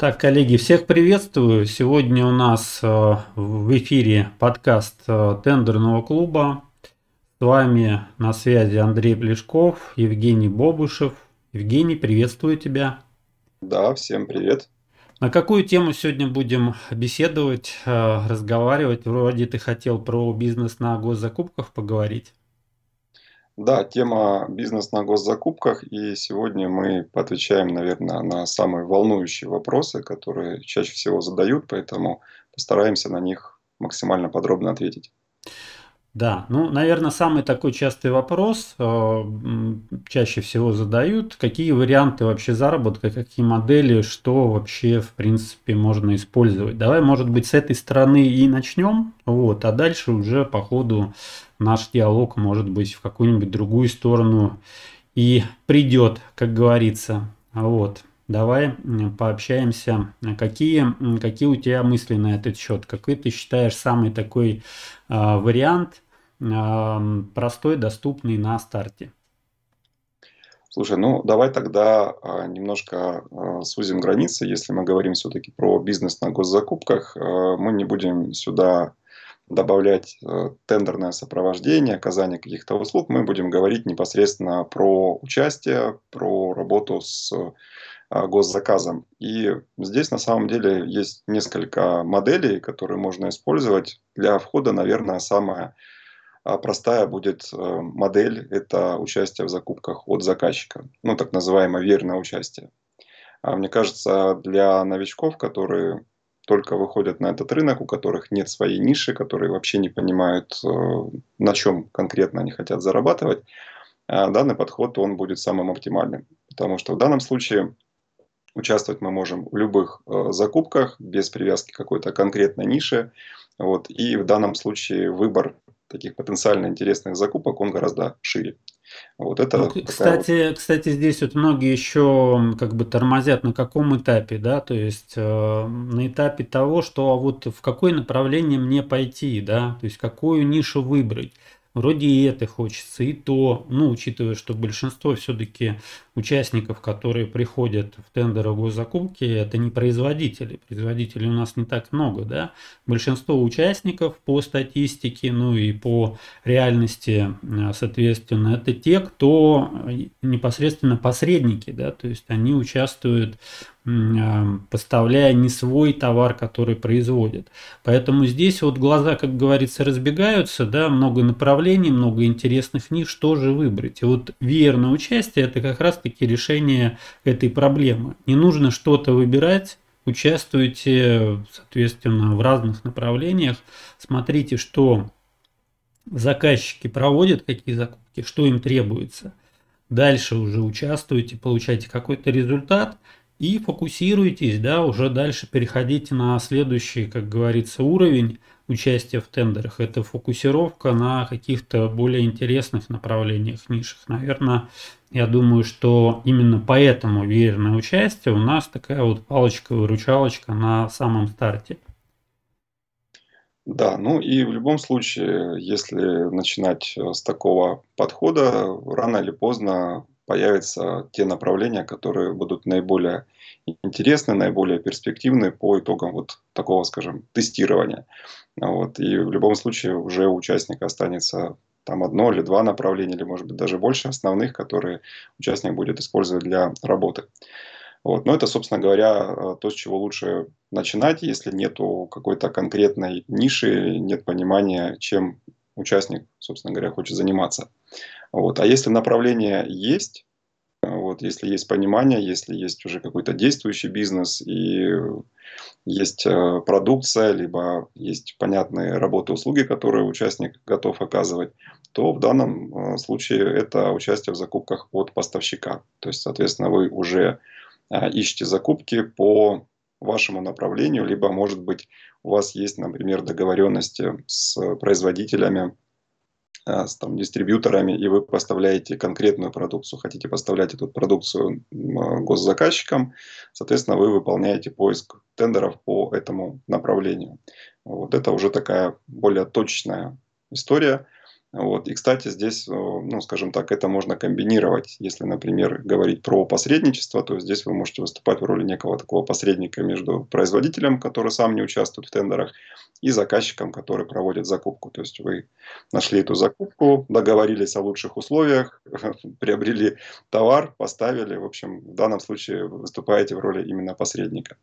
Так, коллеги, всех приветствую. Сегодня у нас в эфире подкаст Тендерного клуба. С вами на связи Андрей Плешков, Евгений Бобышев. Евгений, приветствую тебя. Да, всем привет. На какую тему сегодня будем беседовать, разговаривать? Вроде ты хотел про бизнес на госзакупках поговорить. Да, тема бизнес на госзакупках, и сегодня мы поотвечаем, наверное, на самые волнующие вопросы, которые чаще всего задают, поэтому постараемся на них максимально подробно ответить. Да, ну, наверное, самый такой частый вопрос чаще всего задают, какие варианты вообще заработка, какие модели, что вообще, в принципе, можно использовать. Давай, может быть, с этой стороны и начнем, вот, а дальше уже по ходу наш диалог, может быть, в какую-нибудь другую сторону и придет, как говорится. Вот. Давай пообщаемся. Какие у тебя мысли на этот счет? Какой ты считаешь самый такой вариант простой, доступный на старте? Слушай, ну давай тогда немножко сузим границы. Если мы говорим все-таки про бизнес на госзакупках, мы не будем сюда добавлять тендерное сопровождение, оказание каких-то услуг. Мы будем говорить непосредственно про участие, про работу с госзаказом. И здесь на самом деле есть несколько моделей, которые можно использовать. Для входа, наверное, самая простая будет модель — это участие в закупках от заказчика. Ну, так называемое верное участие. Мне кажется, для новичков, которые только выходят на этот рынок, у которых нет своей ниши, которые вообще не понимают, на чем конкретно они хотят зарабатывать, данный подход, он будет самым оптимальным. Потому что в данном случае участвовать мы можем в любых закупках без привязки к какой-то конкретной нише. Вот. И в данном случае выбор таких потенциально интересных закупок, он гораздо шире. Вот Ну, это такая вот. кстати, здесь вот многие еще как бы тормозят на каком этапе, да, то есть на этапе того, что вот в какое направление мне пойти, да, то есть какую нишу выбрать. Вроде и это хочется, и то, ну, учитывая, что большинство все-таки участников, которые приходят в тендеры госзакупки, это не производители. Производителей у нас не так много, да. Большинство участников по статистике, ну и по реальности, соответственно, это те, кто непосредственно посредники, да, то есть они участвуют, поставляя не свой товар, который производят. Поэтому здесь вот глаза, как говорится, разбегаются, да, много направлений, много интересных ниш, что же выбрать. И вот верное участие — это как раз-таки решение этой проблемы. Не нужно что-то выбирать, участвуйте, соответственно, в разных направлениях, смотрите, что заказчики проводят, какие закупки, что им требуется. Дальше уже участвуете, получаете какой-то результат и фокусируйтесь, да, уже дальше переходите на следующий, как говорится, уровень участия в тендерах. Это фокусировка на каких-то более интересных направлениях, нишах. Наверное, я думаю, что именно поэтому верное участие у нас такая вот палочка-выручалочка на самом старте. Да, ну и в любом случае, если начинать с такого подхода, рано или поздно появятся те направления, которые будут наиболее интересны, наиболее перспективны по итогам вот такого, скажем, тестирования. Вот. И в любом случае уже у участника останется там одно или два направления, или может быть даже больше основных, которые участник будет использовать для работы. Вот. Но это, собственно говоря, то, с чего лучше начинать, если нету какой-то конкретной ниши, нет понимания, чем участник, собственно говоря, хочет заниматься. Вот. А если направление есть, вот, если есть понимание, если есть уже какой-то действующий бизнес и есть продукция, либо есть понятные работы, услуги, которые участник готов оказывать, то в данном случае это участие в закупках от поставщика. То есть, соответственно, вы уже ищете закупки по вашему направлению, либо, может быть, у вас есть, например, договоренности с производителями, с там, дистрибьюторами, и вы поставляете конкретную продукцию, хотите поставлять эту продукцию госзаказчикам, соответственно, вы выполняете поиск тендеров по этому направлению. Вот это уже такая более точная история. Вот. И, кстати, здесь, ну, скажем так, это можно комбинировать. Если, например, говорить про посредничество, то здесь вы можете выступать в роли некого такого посредника между производителем, который сам не участвует в тендерах, и заказчиком, который проводит закупку. То есть вы нашли эту закупку, договорились о лучших условиях, приобрели товар, поставили. В общем, в данном случае вы выступаете в роли именно посредника.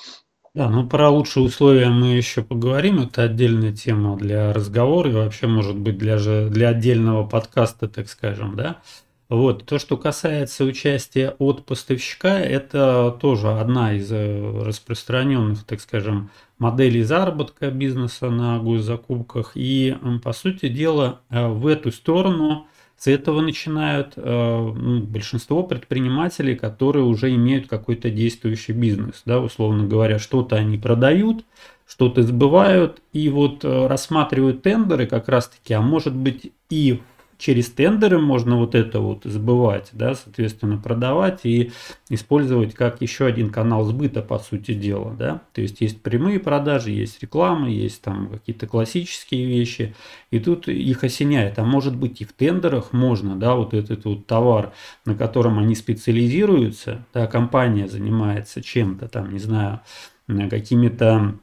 Да, ну про лучшие условия мы еще поговорим. Это отдельная тема для разговора и вообще, может быть, для отдельного подкаста, так скажем, да. Вот, то, что касается участия от поставщика, это тоже одна из распространенных, так скажем, моделей заработка бизнеса на госзакупках. И, по сути дела, в эту сторону с этого начинают большинство предпринимателей, которые уже имеют какой-то действующий бизнес, да, условно говоря, что-то они продают, что-то сбывают и вот рассматривают тендеры как раз-таки, а может быть и через тендеры можно вот это вот сбывать, да, соответственно, продавать и использовать как еще один канал сбыта, по сути дела, да. То есть прямые продажи, есть реклама, есть там какие-то классические вещи, и тут их осеняет. А может быть и в тендерах можно, да, вот этот вот товар, на котором они специализируются, да, компания занимается чем-то там, не знаю, какими-то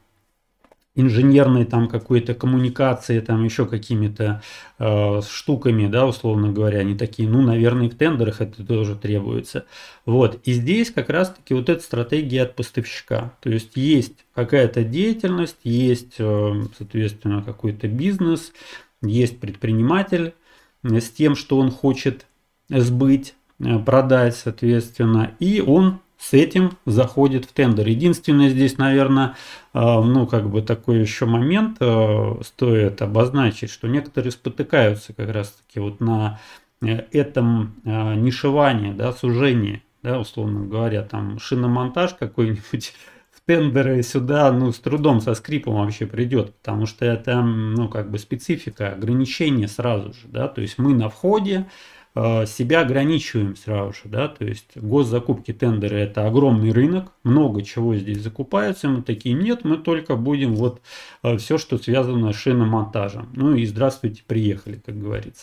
инженерной там какой-то коммуникации, там еще какими-то штуками, да, условно говоря, они такие, ну, наверное, и в тендерах это тоже требуется. Вот, и здесь как раз-таки вот эта стратегия от поставщика, то есть какая-то деятельность, есть, соответственно, какой-то бизнес, есть предприниматель с тем, что он хочет сбыть, продать, соответственно, и он с этим заходит в тендер. Единственное здесь, наверное, ну, как бы такой еще момент стоит обозначить, что некоторые спотыкаются как раз-таки вот на этом нишевании, да, сужении, да, условно говоря, там шиномонтаж какой-нибудь в тендеры сюда, ну, с трудом, со скрипом вообще придет, потому что это, ну, как бы специфика, ограничение сразу же, да, то есть мы на входе, себя ограничиваем сразу же, да, то есть госзакупки, тендеры – это огромный рынок, много чего здесь закупается, мы такие, нет, мы только будем вот все, что связано с шиномонтажем, ну и здравствуйте, приехали, как говорится.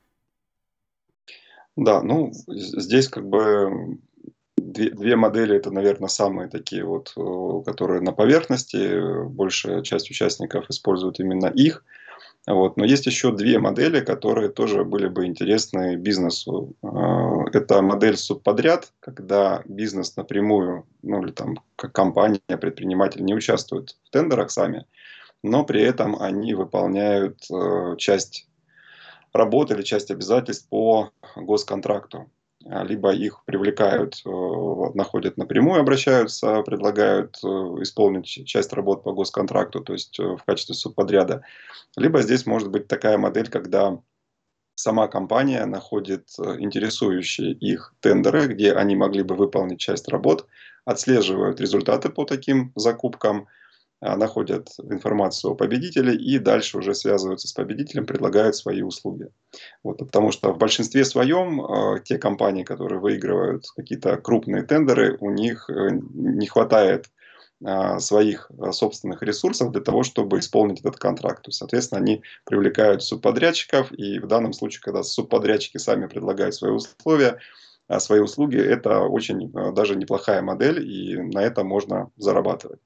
Да, ну, здесь как бы две модели, это, наверное, самые такие вот, которые на поверхности. Большая часть участников использует именно их. Вот. Но есть еще две модели, которые тоже были бы интересны бизнесу. Это модель субподряд, когда бизнес напрямую, ну или там как компания, предприниматель не участвуют в тендерах сами, но при этом они выполняют часть работы или часть обязательств по госконтракту. Либо их привлекают, находят напрямую, обращаются, предлагают исполнить часть работ по госконтракту, то есть в качестве субподряда. Либо здесь может быть такая модель, когда сама компания находит интересующие их тендеры, где они могли бы выполнить часть работ, отслеживают результаты по таким закупкам, находят информацию о победителе и дальше уже связываются с победителем, предлагают свои услуги. Вот, потому что в большинстве своем те компании, которые выигрывают какие-то крупные тендеры, у них не хватает своих собственных ресурсов для того, чтобы исполнить этот контракт. То есть, соответственно, они привлекают субподрядчиков, и в данном случае, когда субподрядчики сами предлагают свои условия, свои услуги, это очень даже неплохая модель, и на этом можно зарабатывать.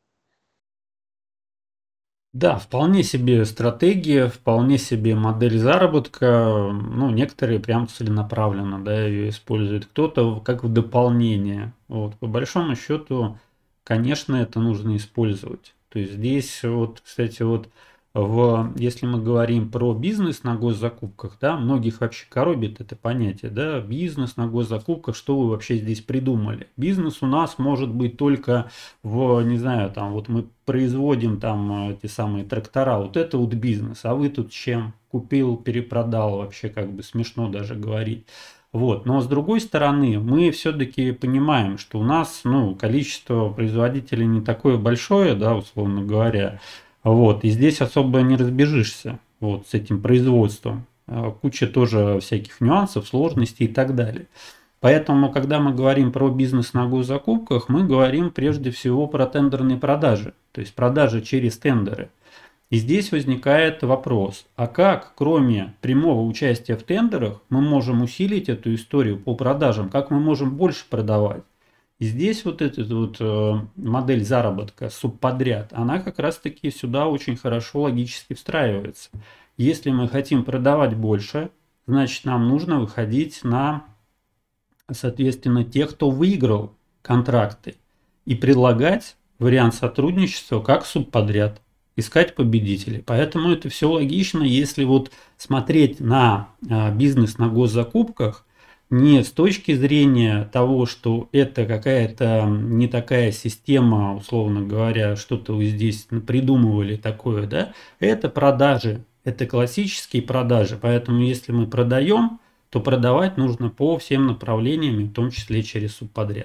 Да, вполне себе стратегия, вполне себе модель заработка. Ну, некоторые прям целенаправленно, да, ее используют. Кто-то как в дополнение. Вот, по большому счету, конечно, это нужно использовать. То есть здесь вот, кстати, вот если мы говорим про бизнес на госзакупках, да, многих вообще коробит это понятие, да, бизнес на госзакупках, что вы вообще здесь придумали? Бизнес у нас может быть только не знаю, там вот мы производим там эти самые трактора, вот это вот бизнес, а вы тут чем? Купил, перепродал, вообще как бы смешно даже говорить. Вот. Но с другой стороны, мы все-таки понимаем, что у нас, ну, количество производителей не такое большое, да, условно говоря. Вот. И здесь особо не разбежишься вот, с этим производством. Куча тоже всяких нюансов, сложностей и так далее. Поэтому, когда мы говорим про бизнес на госзакупках, мы говорим прежде всего про тендерные продажи, то есть продажи через тендеры. И здесь возникает вопрос, а как, кроме прямого участия в тендерах, мы можем усилить эту историю по продажам, как мы можем больше продавать? И здесь вот эта вот модель заработка, субподряд, она как раз-таки сюда очень хорошо логически встраивается. Если мы хотим продавать больше, значит нам нужно выходить на, соответственно, тех, кто выиграл контракты, и предлагать вариант сотрудничества как субподряд, искать победителей. Поэтому это все логично, если вот смотреть на бизнес на госзакупках не с точки зрения того, что это какая-то не такая система, условно говоря, что-то вы здесь придумывали такое, да, это продажи, это классические продажи. Поэтому если мы продаем, то продавать нужно по всем направлениям, в том числе через субподряд.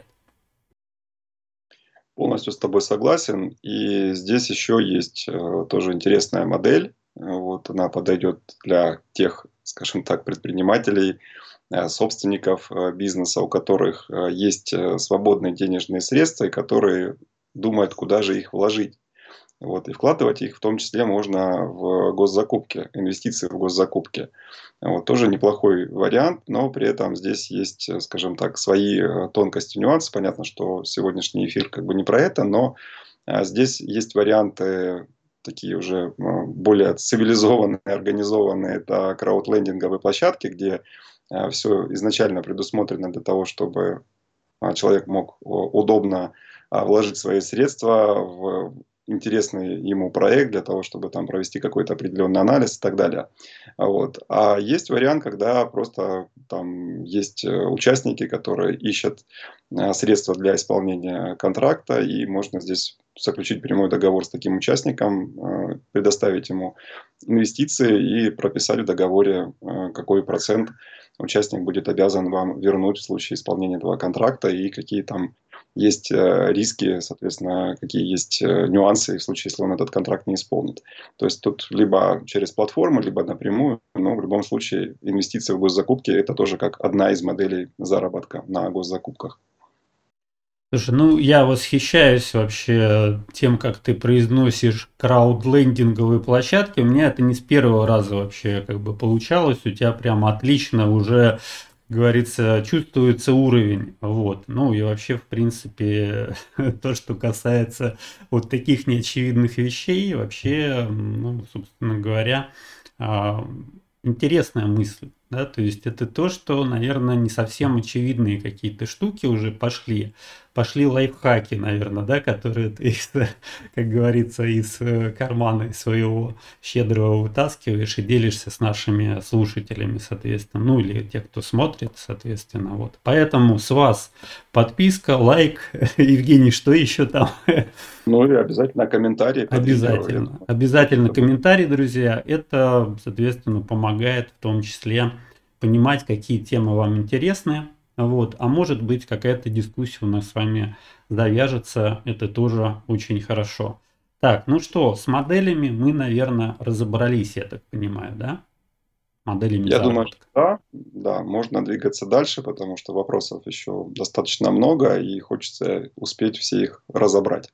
Полностью с тобой согласен. И здесь еще есть тоже интересная модель. Вот она подойдет для тех, скажем так, предпринимателей, собственников бизнеса, у которых есть свободные денежные средства и которые думают, куда же их вложить. Вот, и вкладывать их в том числе можно в госзакупки, инвестиции в госзакупки. Вот, тоже неплохой вариант, но при этом здесь есть, скажем так, свои тонкости, нюансы. Понятно, что сегодняшний эфир как бы не про это, но здесь есть варианты такие уже более цивилизованные, организованные. Это краудлендинговые площадки, где все изначально предусмотрено для того, чтобы человек мог удобно вложить свои средства в интересный ему проект для того, чтобы там провести какой-то определенный анализ и так далее. Вот. А есть вариант, когда просто там есть участники, которые ищут средства для исполнения контракта, и можно здесь заключить прямой договор с таким участником, предоставить ему инвестиции и прописать в договоре, какой процент участник будет обязан вам вернуть в случае исполнения этого контракта и какие там есть риски, соответственно, какие есть нюансы в случае, если он этот контракт не исполнит. То есть тут либо через платформу, либо напрямую, но в любом случае инвестиции в госзакупки это тоже как одна из моделей заработка на госзакупках. Слушай, ну я восхищаюсь вообще тем, как ты произносишь краудлендинговые площадки. У меня это не с первого раза вообще как бы получалось. У тебя прям отлично уже, как говорится, чувствуется уровень. Вот. Ну и вообще, в принципе, то, что касается вот таких неочевидных вещей, вообще, ну, собственно говоря, а, интересная мысль. Да, то есть это то, что, наверное, не совсем очевидные какие-то штуки уже пошли лайфхаки, наверное, да, которые ты, как говорится, из кармана своего щедрого вытаскиваешь и делишься с нашими слушателями, соответственно, ну или те, кто смотрит, соответственно, вот. Поэтому с вас подписка, лайк, Евгений, что еще там? Ну и обязательно комментарии под видео. Я Обязательно. думаю, тоже Обязательно это будет. комментарий, друзья. Это, соответственно, помогает в том числе понимать, какие темы вам интересны. Вот. А может быть, какая-то дискуссия у нас с вами завяжется. Это тоже очень хорошо. Так, ну что, с моделями мы, наверное, разобрались, я так понимаю, да? Моделями Я думаю, что заработка. да, да, можно двигаться дальше, потому что вопросов еще достаточно много, и хочется успеть все их разобрать.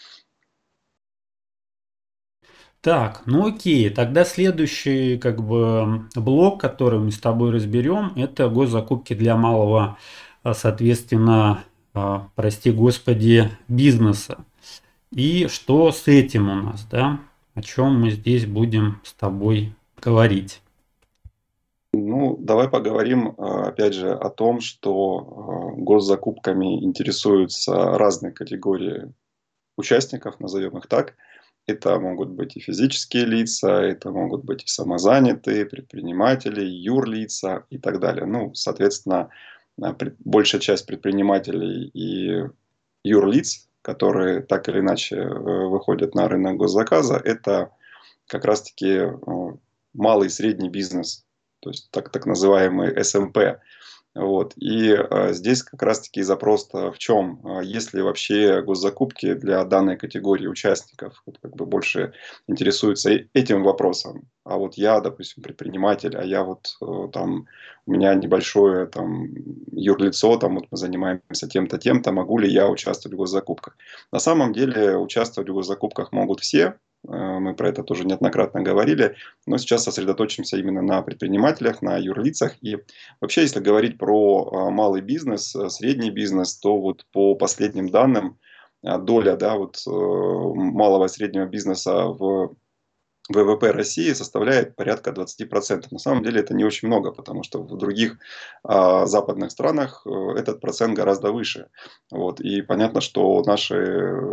Так, ну окей, тогда следующий как бы блок, который мы с тобой разберем, это госзакупки для малого, соответственно, прости господи, бизнеса. И что с этим у нас, да? О чем мы здесь будем с тобой говорить? Ну, давай поговорим, опять же, о том, что госзакупками интересуются разные категории участников, назовем их так. Это могут быть и физические лица, это могут быть и самозанятые, предприниматели, юрлица и так далее. Ну, соответственно, большая часть предпринимателей и юрлиц, которые так или иначе выходят на рынок госзаказа, это как раз-таки малый и средний бизнес, то есть так называемый СМП. Вот. И здесь как раз-таки запрос-то в чем? Есть ли вообще госзакупки для данной категории участников? Вот как бы больше интересуются этим вопросом. А вот я, допустим, предприниматель, а я вот там, у меня небольшое там юрлицо, там вот мы занимаемся тем-то, могу ли я участвовать в госзакупках? На самом деле участвовать в госзакупках могут все, Мы про это тоже неоднократно говорили, но сейчас сосредоточимся именно на предпринимателях, на юрлицах. И вообще, если говорить про малый бизнес, средний бизнес, то вот по последним данным доля, да, вот, малого и среднего бизнеса в ВВП России составляет порядка 20%. На самом деле это не очень много, потому что в других западных странах этот процент гораздо выше. Вот. И понятно, что наши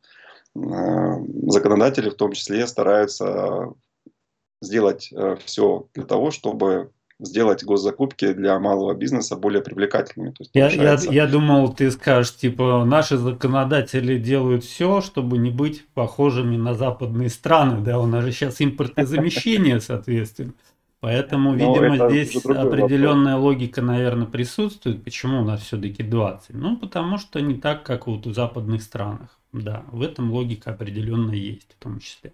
законодатели в том числе стараются сделать все для того, чтобы сделать госзакупки для малого бизнеса более привлекательными. То есть повышается. Я думал, ты скажешь, типа, наши законодатели делают все, чтобы не быть похожими на западные страны, да, у нас же сейчас импортозамещение, соответственно. Поэтому, Но видимо, это уже здесь другой вопрос. определенная логика, наверное, присутствует. Почему у нас все-таки 20? Ну, потому что не так, как вот в западных странах. Да, в этом логика определенно есть, в том числе.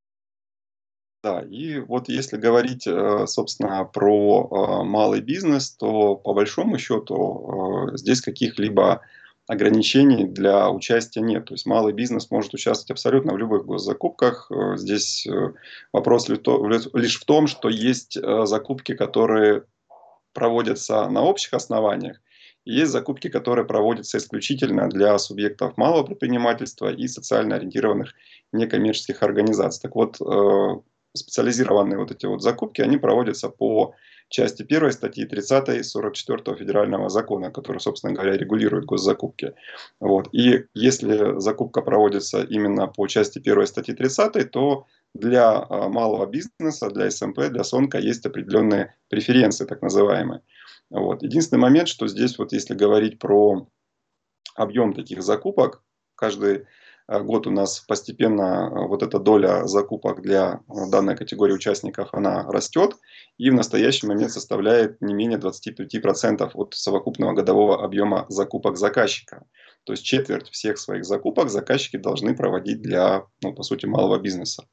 Да, и вот если говорить, собственно, про малый бизнес, то по большому счету здесь каких-либо ограничений для участия нет. То есть малый бизнес может участвовать абсолютно в любых госзакупках. Здесь вопрос лишь в том, что есть закупки, которые проводятся на общих основаниях, и есть закупки, которые проводятся исключительно для субъектов малого предпринимательства и социально ориентированных некоммерческих организаций. Так вот, специализированные вот эти вот закупки, они проводятся по части 1 статьи 30 44 федерального закона, который, собственно говоря, регулирует госзакупки. Вот. И если закупка проводится именно по части 1 статьи 30, то для малого бизнеса, для СМП, для СОНКа есть определенные преференции, так называемые. Вот. Единственный момент, что здесь вот если говорить про объем таких закупок, каждый год у нас постепенно вот эта доля закупок для данной категории участников, она растет и в настоящий момент составляет не менее 25% от совокупного годового объема закупок заказчика. То есть четверть всех своих закупок заказчики должны проводить для, ну, по сути, малого бизнеса.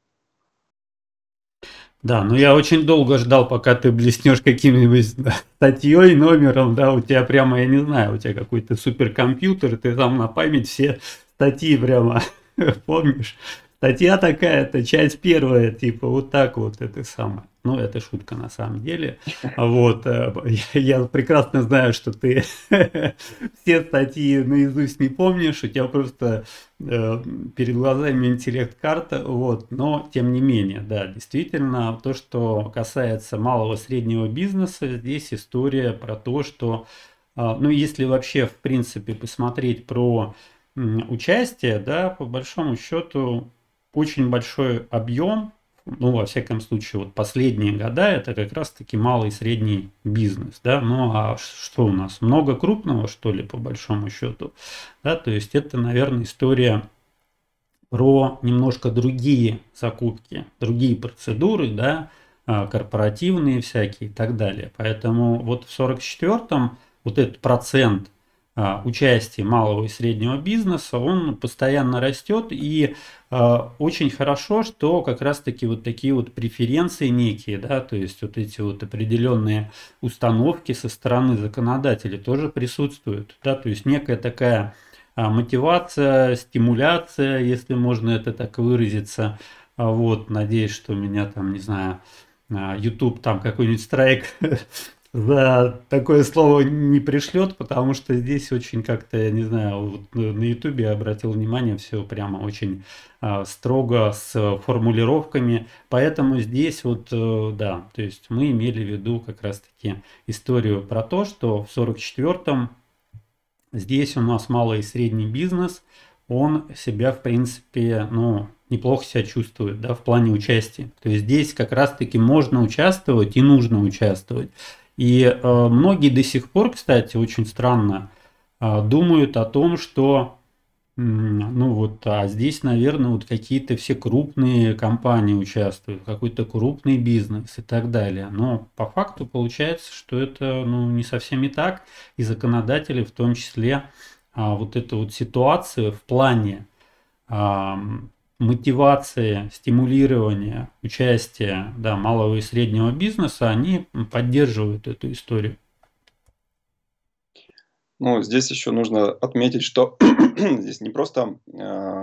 Да, ну я очень долго ждал, пока ты блеснешь каким-нибудь статьей, номером, да, у тебя прямо, я не знаю, у тебя какой-то суперкомпьютер, ты там на память все статьи прямо помнишь. Статья такая-то, часть первая, типа вот так вот это самое. Ну, это шутка на самом деле. Вот, я прекрасно знаю, что ты все статьи наизусть не помнишь, у тебя просто перед глазами интеллект-карта, вот, но тем не менее, да, действительно, то, что касается малого среднего бизнеса, здесь история про то, что, ну, если вообще, в принципе, посмотреть про участие, да, по большому счету, очень большой объем, ну, во всяком случае, вот последние года, это как раз-таки малый и средний бизнес, да, ну, а что у нас, много крупного, что ли, по большому счету, да, то есть это, наверное, история про немножко другие закупки, другие процедуры, да, корпоративные всякие и так далее. Поэтому вот в 44-м вот этот процент участия малого и среднего бизнеса, он постоянно растет, и очень хорошо, что как раз-таки вот такие вот преференции некие, да, то есть вот эти вот определенные установки со стороны законодателей тоже присутствуют, да, то есть некая такая мотивация, стимуляция, если можно это так выразиться. Вот, надеюсь, что меня там, не знаю, YouTube там какой-нибудь страйк за такое слово не пришлет, потому что здесь очень как-то, я не знаю, вот на YouTube я обратил внимание, все прямо очень строго с формулировками, поэтому здесь вот, да, то есть мы имели в виду как раз-таки историю про то, что в 44-м здесь у нас малый и средний бизнес, он себя, в принципе, ну, неплохо себя чувствует, да, в плане участия. То есть здесь как раз-таки можно участвовать и нужно участвовать. И многие до сих пор, кстати, очень странно думают о том, что ну вот, а здесь, наверное, вот какие-то все крупные компании участвуют, какой-то крупный бизнес и так далее. Но по факту получается, что это, ну, не совсем и так. И законодатели в том числе вот эту вот ситуацию в плане а, мотивации, стимулирования участия, да, малого и среднего бизнеса, они поддерживают эту историю. Ну, здесь еще нужно отметить, что здесь не просто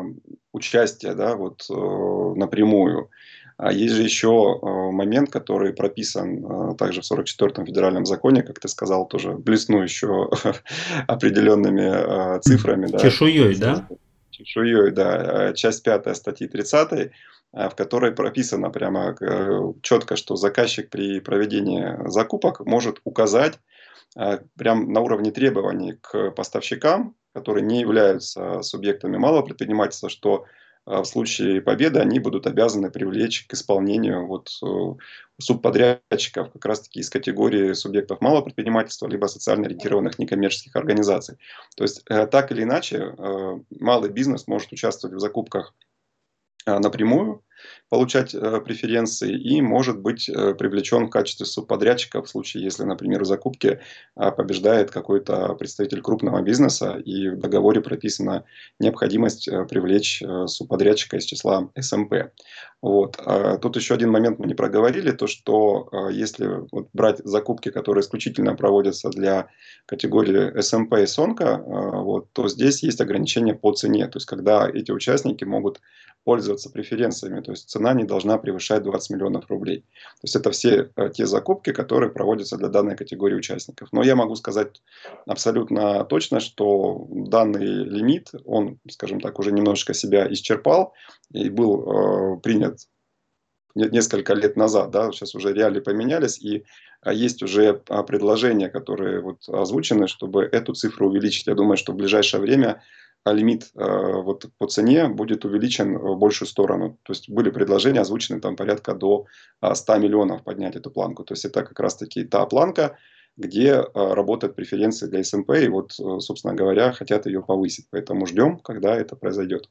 участия, да, вот напрямую. А есть же еще момент, который прописан также в 44-м федеральном законе, как ты сказал, тоже блесну еще определенными цифрами, С да, чешуей, да? связанными с чешуей, да, часть 5 статьи 30, в которой прописано прямо четко, что заказчик при проведении закупок может указать прям на уровне требований к поставщикам, которые не являются субъектами малого предпринимательства, что в случае победы они будут обязаны привлечь к исполнению вот, субподрядчиков как раз-таки из категории субъектов малого предпринимательства либо социально ориентированных некоммерческих организаций. То есть так или иначе малый бизнес может участвовать в закупках напрямую, получать преференции и может быть привлечен в качестве субподрядчика в случае, если, например, в закупке побеждает какой-то представитель крупного бизнеса и в договоре прописана необходимость привлечь субподрядчика из числа СМП. Вот. Тут еще один момент мы не проговорили, то что если вот брать закупки, которые исключительно проводятся для категории СМП и СОНКа, вот, то здесь есть ограничения по цене. То есть когда эти участники могут пользоваться преференциями. То есть цена не должна превышать 20 миллионов рублей. То есть это все те закупки, которые проводятся для данной категории участников. Но я могу сказать абсолютно точно, что данный лимит, он, скажем так, уже немножечко себя исчерпал и был принят несколько лет назад, да, сейчас уже реалии поменялись, и есть уже предложения, которые вот озвучены, чтобы эту цифру увеличить. Я думаю, что в ближайшее время лимит вот по цене будет увеличен в большую сторону. То есть были предложения озвучены там порядка до 100 миллионов поднять эту планку. То есть это как раз-таки та планка, где работают преференции для СМП, и вот, собственно говоря, хотят ее повысить. Поэтому ждем, когда это произойдет.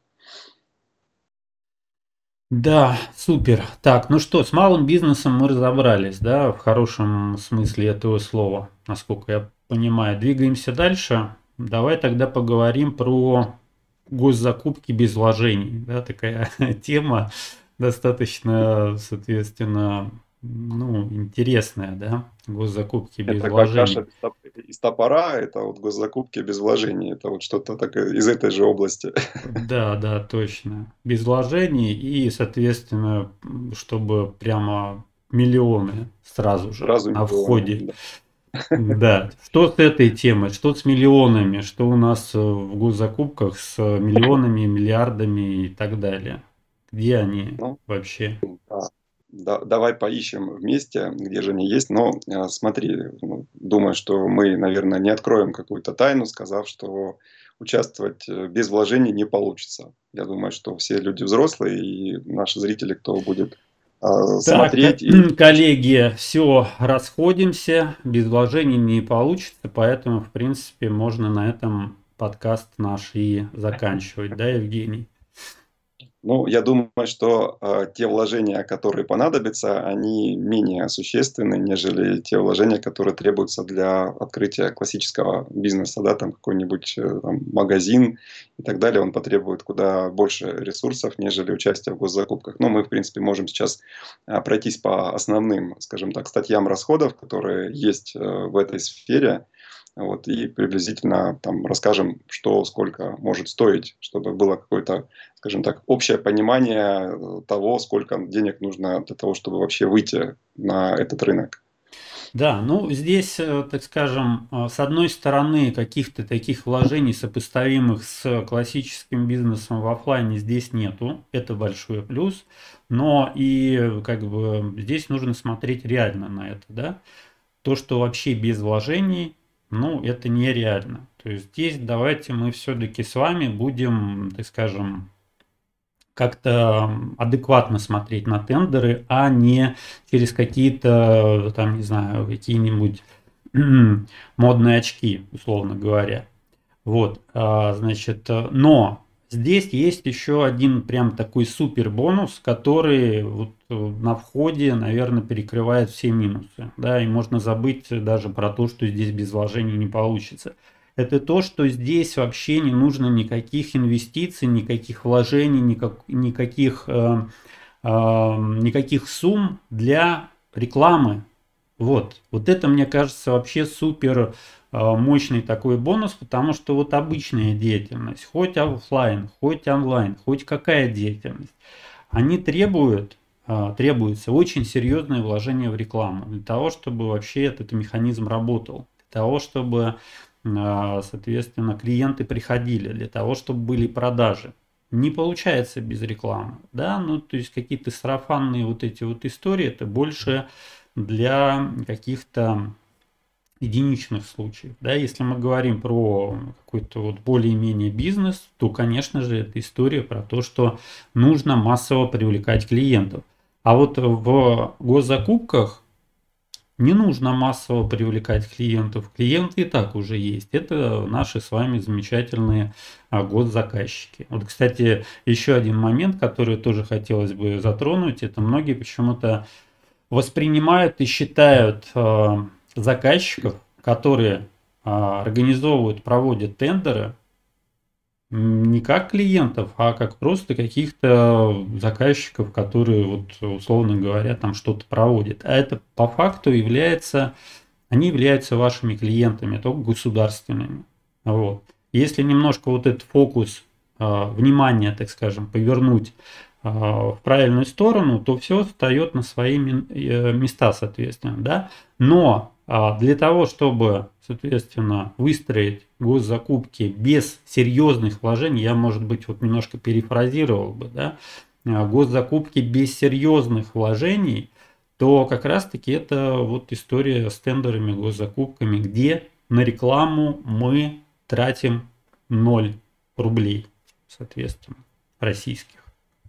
Да, супер. Так, ну что, с малым бизнесом мы разобрались, да, в хорошем смысле этого слова, насколько я понимаю. Двигаемся дальше. Давай тогда поговорим про госзакупки без вложений. Да, такая тема достаточно, соответственно, ну, интересная, да, госзакупки без Это как каша вложений. из топора, это вот госзакупки без вложений. Это вот что-то такое из этой же области. Да, да, точно. Без вложений и, соответственно, чтобы прямо миллионы сразу же Сразу на миллионы. входе. Да. Да. Что с этой темой, что с миллионами, что у нас в госзакупках с миллионами, миллиардами и так далее? Где они Ну, вообще? да. Давай поищем вместе, где же они есть. Но смотри, ну, думаю, что мы, наверное, не откроем какую-то тайну, сказав, что участвовать без вложений не получится. Я думаю, что все люди взрослые и наши зрители, кто будет Так, смотреть и коллеги, все, расходимся, без вложений не получится, поэтому, в принципе, можно на этом подкаст наш и заканчивать, да, Евгений? ну, я думаю, что те вложения, которые понадобятся, они менее существенны, нежели те вложения, которые требуются для открытия классического бизнеса, да, там какой-нибудь там, магазин и так далее, он потребует куда больше ресурсов, нежели участие в госзакупках. Но мы, в принципе, можем сейчас пройтись по основным, скажем так, статьям расходов, которые есть в этой сфере. Вот, и приблизительно там расскажем, что сколько может стоить, чтобы было какое-то, скажем так, общее понимание того, сколько денег нужно для того, чтобы вообще выйти на этот рынок. Да, ну здесь, так скажем, с одной стороны, каких-то таких вложений, сопоставимых с классическим бизнесом в оффлайне, здесь нету. Это большой плюс. Но и как бы здесь нужно смотреть реально на это, да. То, что вообще без вложений, ну, это нереально. То есть здесь давайте мы все-таки с вами будем, так скажем, как-то адекватно смотреть на тендеры, а не через какие-то, там, не знаю, какие-нибудь модные очки, условно говоря. Вот, значит, но здесь есть еще один прям такой супер бонус, который вот на входе, наверное, перекрывает все минусы, да, и можно забыть даже про то, что здесь без вложений не получится. Это то, что здесь вообще не нужно никаких инвестиций, никаких вложений, никаких сумм для рекламы. Вот это, мне кажется, вообще супер мощный такой бонус, потому что вот обычная деятельность, хоть оффлайн, хоть онлайн, хоть какая деятельность, они требуется очень серьезное вложение в рекламу для того, чтобы вообще этот механизм работал, для того, чтобы, соответственно, клиенты приходили, для того, чтобы были продажи. Не получается без рекламы, да, ну, то есть какие-то сарафанные вот эти вот истории, это больше для каких-то единичных случаев. Да, если мы говорим про какой-то вот более-менее бизнес, то, конечно же, это история про то, что нужно массово привлекать клиентов. А вот в госзакупках не нужно массово привлекать клиентов. Клиенты и так уже есть. Это наши с вами замечательные госзаказчики. Вот, кстати, еще один момент, который тоже хотелось бы затронуть, это многие почему-то воспринимают и считают заказчиков, которые организовывают, проводят тендеры, не как клиентов, а как просто каких-то заказчиков, которые, вот, условно говоря, там что-то проводят. А это по факту является, они являются вашими клиентами, только государственными. Вот. Если немножко вот этот фокус внимания, так скажем, повернуть в правильную сторону, то все встает на свои места, соответственно, да. Но для того, чтобы, соответственно, выстроить госзакупки без серьезных вложений, я, может быть, вот немножко перефразировал бы, да, госзакупки без серьезных вложений, то как раз-таки это вот история с тендерами, госзакупками, где на рекламу мы тратим 0 рублей, соответственно, российских.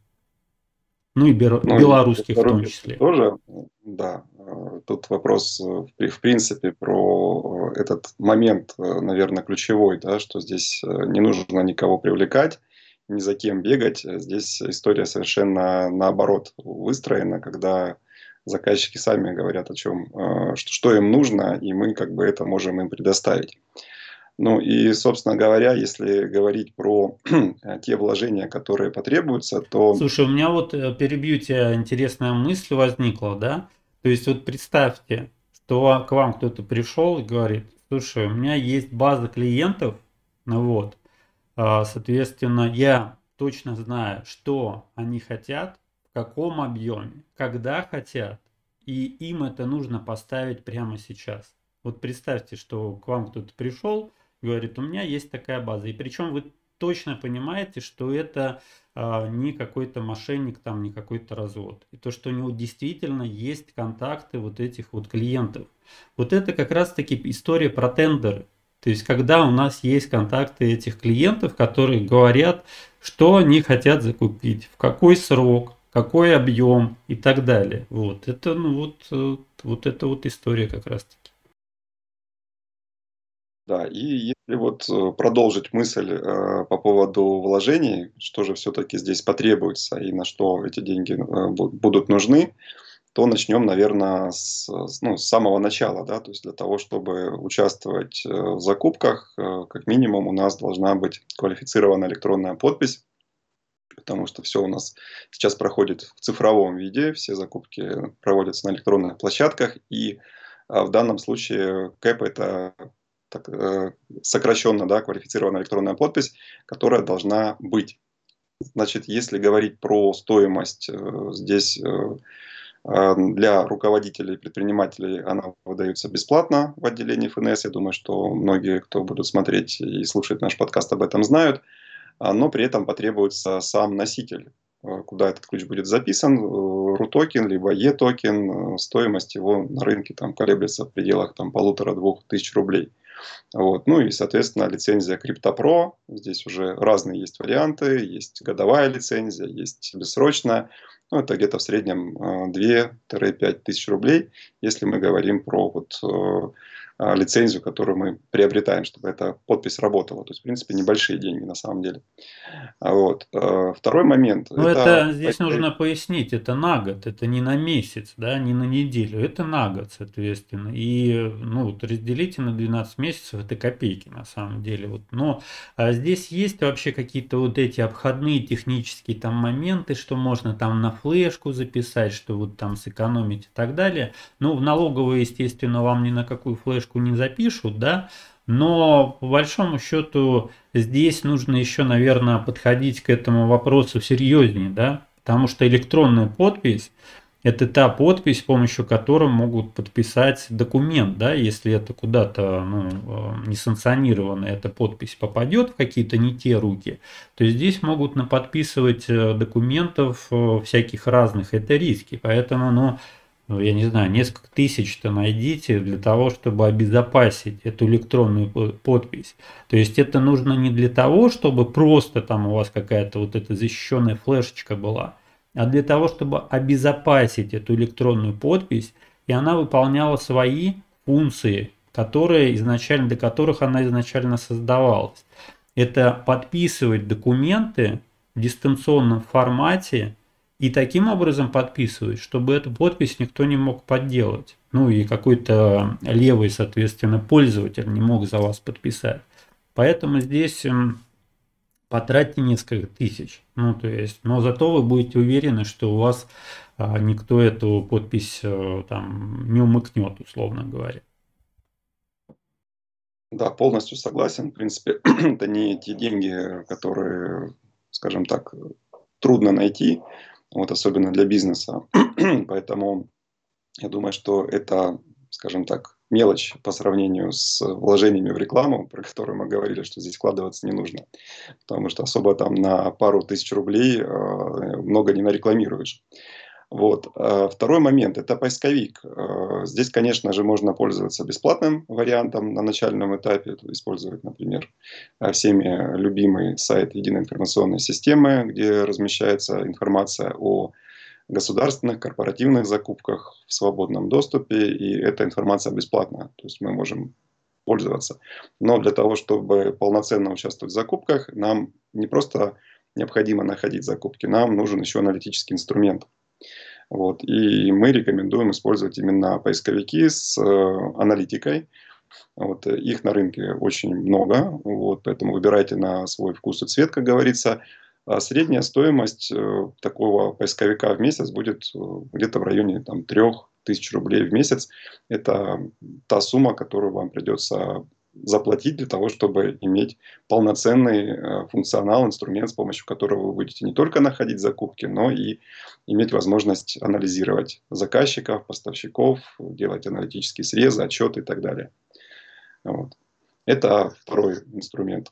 Ну и Ну и белорусских в том Беларусь числе. тоже, да. Тут вопрос, в принципе, про этот момент, наверное, ключевой, да, что здесь не нужно никого привлекать, ни за кем бегать. Здесь история совершенно наоборот выстроена, когда заказчики сами говорят о чем, что им нужно, и мы как бы это можем им предоставить. Ну и, собственно говоря, если говорить про те вложения, которые потребуются, то Слушай, у меня вот перебью тебя, интересная мысль возникла, да? То есть вот представьте, что к вам кто-то пришел и говорит, слушай, у меня есть база клиентов, ну вот, соответственно, я точно знаю, что они хотят, в каком объеме, когда хотят, и им это нужно поставить прямо сейчас. Вот представьте, что к вам кто-то пришел, говорит, у меня есть такая база, и причем вы точно понимаете, что это не какой-то мошенник, там, не какой-то развод. И то, что у него действительно есть контакты вот этих вот клиентов. Вот это как раз-таки история про тендеры. То есть, когда у нас есть контакты этих клиентов, которые говорят, что они хотят закупить, в какой срок, какой объем и так далее. Вот это, ну вот это вот история как раз-таки. да, и если вот продолжить мысль по поводу вложений, что же все-таки здесь потребуется и на что эти деньги будут нужны, то начнем, наверное, ну, с самого начала, да, то есть для того, чтобы участвовать в закупках, как минимум у нас должна быть квалифицированная электронная подпись, потому что все у нас сейчас проходит в цифровом виде, все закупки проводятся на электронных площадках, и в данном случае КЭП это так, сокращенно, да, квалифицированная электронная подпись, которая должна быть. Значит, если говорить про стоимость, здесь для руководителей и предпринимателей она выдается бесплатно в отделении ФНС. Я думаю, что многие, кто будут смотреть и слушать наш подкаст, об этом знают. Но при этом потребуется сам носитель, куда этот ключ будет записан, RU-токен, либо E-токен. Стоимость его на рынке там колеблется в пределах там, 1500-2000 рублей. Вот. Ну и, соответственно, лицензия CryptoPro. Здесь уже разные есть варианты. Есть годовая лицензия, есть бессрочная. Ну, это где-то в среднем 2-5 тысяч рублей, если мы говорим про вот, лицензию, которую мы приобретаем, чтобы эта подпись работала. То есть, в принципе, небольшие деньги на самом деле. Вот. Второй момент– Ну, это это здесь нужно пояснить, это на год, это не на месяц, да, не на неделю, это на год, соответственно. И, ну, вот разделите на 12 месяцев, это копейки на самом деле. Вот. Но здесь есть вообще какие-то вот эти обходные технические там моменты, что можно там на флешку записать, что вот там сэкономить и так далее. Ну, в налоговой, естественно, вам ни на какую флешку не запишут, да, но по большому счету здесь нужно еще, наверное, подходить к этому вопросу серьезнее, да, потому что электронная подпись– это та подпись, с помощью которой могут подписать документ, да, если это куда-то ну, несанкционированно, эта подпись попадет в какие-то не те руки, то здесь могут наподписывать документов всяких разных, это риски, поэтому, ну, я не знаю, несколько тысяч-то найдите для того, чтобы обезопасить эту электронную подпись. То есть это нужно не для того, чтобы просто там у вас какая-то вот эта защищенная флешечка была, а для того, чтобы обезопасить эту электронную подпись, и она выполняла свои функции, которые изначально, для которых она изначально создавалась. Это подписывать документы в дистанционном формате и таким образом подписывать, чтобы эту подпись никто не мог подделать. Ну и какой-то левый, соответственно, пользователь не мог за вас подписать. Поэтому здесь потратьте несколько тысяч. Ну, то есть, но зато вы будете уверены, что у вас никто эту подпись там не умыкнет, условно говоря. Да, полностью согласен. В принципе, это не те деньги, которые, скажем так, трудно найти, вот, особенно для бизнеса. Поэтому я думаю, что это, скажем так, мелочь по сравнению с вложениями в рекламу, про которые мы говорили, что здесь вкладываться не нужно. Потому что особо там на пару тысяч рублей много не нарекламируешь. Вот. Второй момент– это поисковик. Здесь, конечно же, можно пользоваться бесплатным вариантом на начальном этапе, использовать, например, всеми любимый сайт Единой информационной системы, где размещается информация о государственных, корпоративных закупках в свободном доступе, и эта информация бесплатна. То есть мы можем пользоваться. Но для того, чтобы полноценно участвовать в закупках, нам не просто необходимо находить закупки, нам нужен еще аналитический инструмент. Вот. И мы рекомендуем использовать именно поисковики с аналитикой. Вот. Их на рынке очень много, вот, поэтому выбирайте на свой вкус и цвет, как говорится. А средняя стоимость такого поисковика в месяц будет где-то в районе там, 3000 рублей в месяц. Это та сумма, которую вам придется заплатить для того, чтобы иметь полноценный функционал, инструмент, с помощью которого вы будете не только находить закупки, но и иметь возможность анализировать заказчиков, поставщиков, делать аналитические срезы, отчеты и так далее. Вот. Это второй инструмент.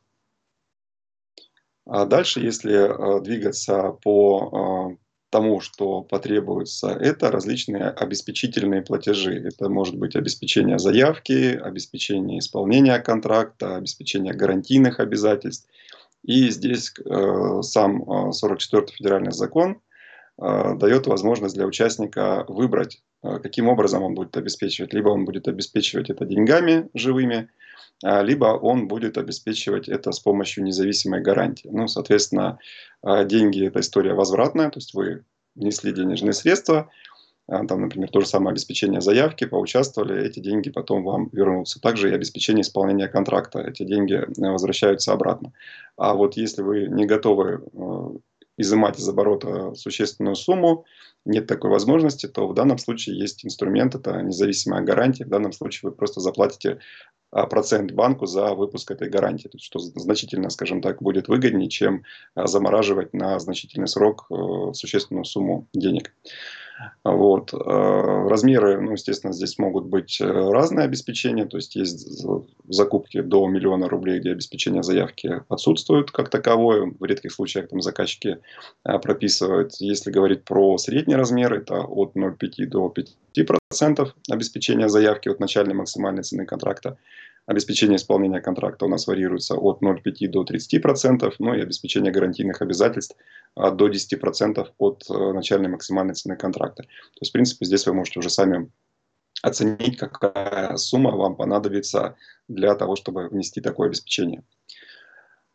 А дальше, если двигаться по тому, что потребуется, это различные обеспечительные платежи. Это может быть обеспечение заявки, обеспечение исполнения контракта, обеспечение гарантийных обязательств. И здесь сам 44-й федеральный закон дает возможность для участника выбрать, каким образом он будет обеспечивать. Либо он будет обеспечивать это деньгами живыми, либо он будет обеспечивать это с помощью независимой гарантии. Ну, соответственно, деньги– это история возвратная, то есть вы внесли денежные средства, там, например, то же самое обеспечение заявки, поучаствовали, эти деньги потом вам вернутся. Также и обеспечение исполнения контракта, эти деньги возвращаются обратно. А вот если вы не готовы изымать из оборота существенную сумму, нет такой возможности, то в данном случае есть инструмент, это независимая гарантия. В данном случае вы просто заплатите процент банку за выпуск этой гарантии, что значительно, скажем так, будет выгоднее, чем замораживать на значительный срок существенную сумму денег. Вот. Размеры, ну, естественно, здесь могут быть разные обеспечения. То есть есть закупки до 1 000 000 рублей, где обеспечение заявки отсутствует как таковое. В редких случаях там заказчики прописывают. Если говорить про средний размер, это от 0,5 до 5% обеспечения заявки от начальной максимальной цены контракта. Обеспечение исполнения контракта у нас варьируется от 0,5 до 30%, ну и обеспечение гарантийных обязательств до 10% от начальной максимальной цены контракта. То есть, в принципе, здесь вы можете уже сами оценить, какая сумма вам понадобится для того, чтобы внести такое обеспечение.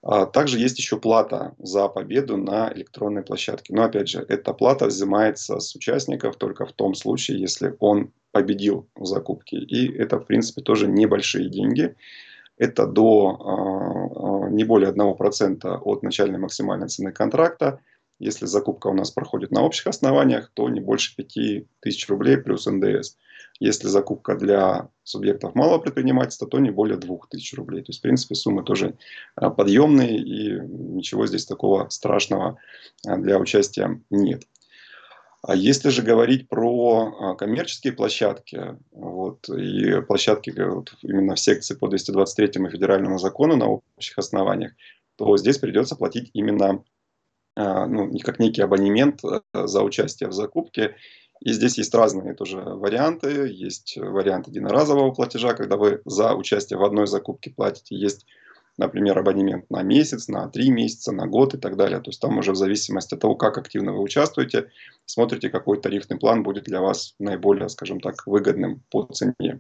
Также есть еще плата за победу на электронной площадке. Но опять же, эта плата взимается с участников только в том случае, если он победил в закупке. И это, в принципе, тоже небольшие деньги. Это до не более 1% от начальной максимальной цены контракта. Если закупка у нас проходит на общих основаниях, то не больше 5000 рублей плюс НДС. Если закупка для субъектов малого предпринимательства, то не более 2000 рублей. То есть, в принципе, суммы тоже подъемные, и ничего здесь такого страшного для участия нет. А если же говорить про коммерческие площадки, вот, и площадки вот, именно в секции по 223 федеральному закону на общих основаниях, то здесь придется платить именно ну, как некий абонемент за участие в закупке. И здесь есть разные тоже варианты. Есть вариант единоразового платежа, когда вы за участие в одной закупке платите. Есть, например, абонемент на месяц, на 3 месяца, на год и так далее. То есть там уже в зависимости от того, как активно вы участвуете, смотрите, какой тарифный план будет для вас наиболее, скажем так, выгодным по цене.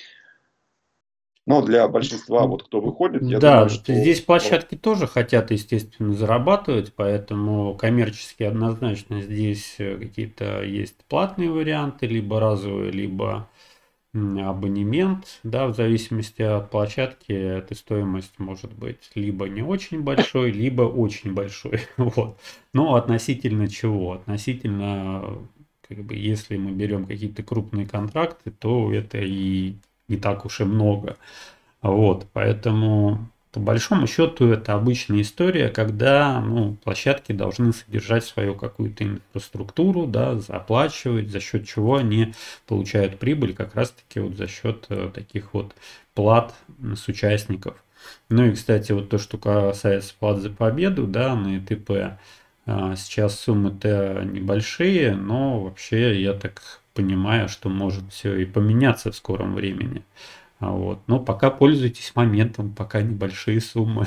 Но для большинства, вот кто выходит, я думаю, Да, что здесь площадки тоже хотят, естественно, зарабатывать, поэтому коммерчески однозначно здесь какие-то есть платные варианты, либо разовые, либо абонемент, да, в зависимости от площадки, эта стоимость может быть либо не очень большой, либо очень большой. Вот. Но относительно чего? Относительно, как бы, если мы берем какие-то крупные контракты, то это и не так уж и много. Вот, поэтому по большому счету это обычная история, когда ну, площадки должны содержать свою какую-то инфраструктуру, да, оплачивать, за счет чего они получают прибыль, как раз-таки вот за счет таких вот плат с участников. Ну и, кстати, вот то, что касается плат за победу, да, на ЭТП, сейчас суммы-то небольшие, но вообще я так понимаю, что может все и поменяться в скором времени. Вот. Но пока пользуйтесь моментом, пока небольшие суммы.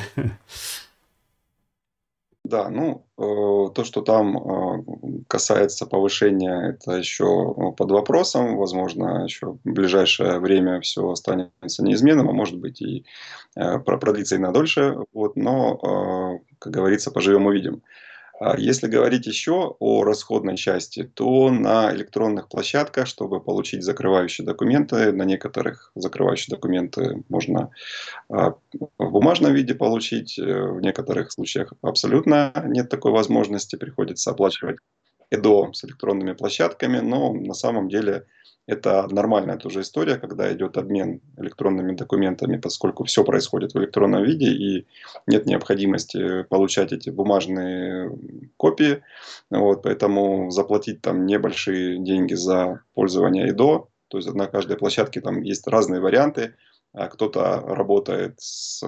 да, ну, то, что там касается повышения, это еще под вопросом. Возможно, еще в ближайшее время все останется неизменным, а может быть и продлится и на дольше. Вот, но, как говорится, поживем увидим. Если говорить еще о расходной части, то на электронных площадках, чтобы получить закрывающие документы, на некоторых закрывающие документы можно в бумажном виде получить, в некоторых случаях абсолютно нет такой возможности, приходится оплачивать ЭДО с электронными площадками, но на самом деле это нормальная тоже история, когда идет обмен электронными документами, поскольку все происходит в электронном виде и нет необходимости получать эти бумажные копии. Вот, поэтому заплатить там небольшие деньги за пользование ИДО, то есть на каждой площадке там есть разные варианты. Кто-то работает с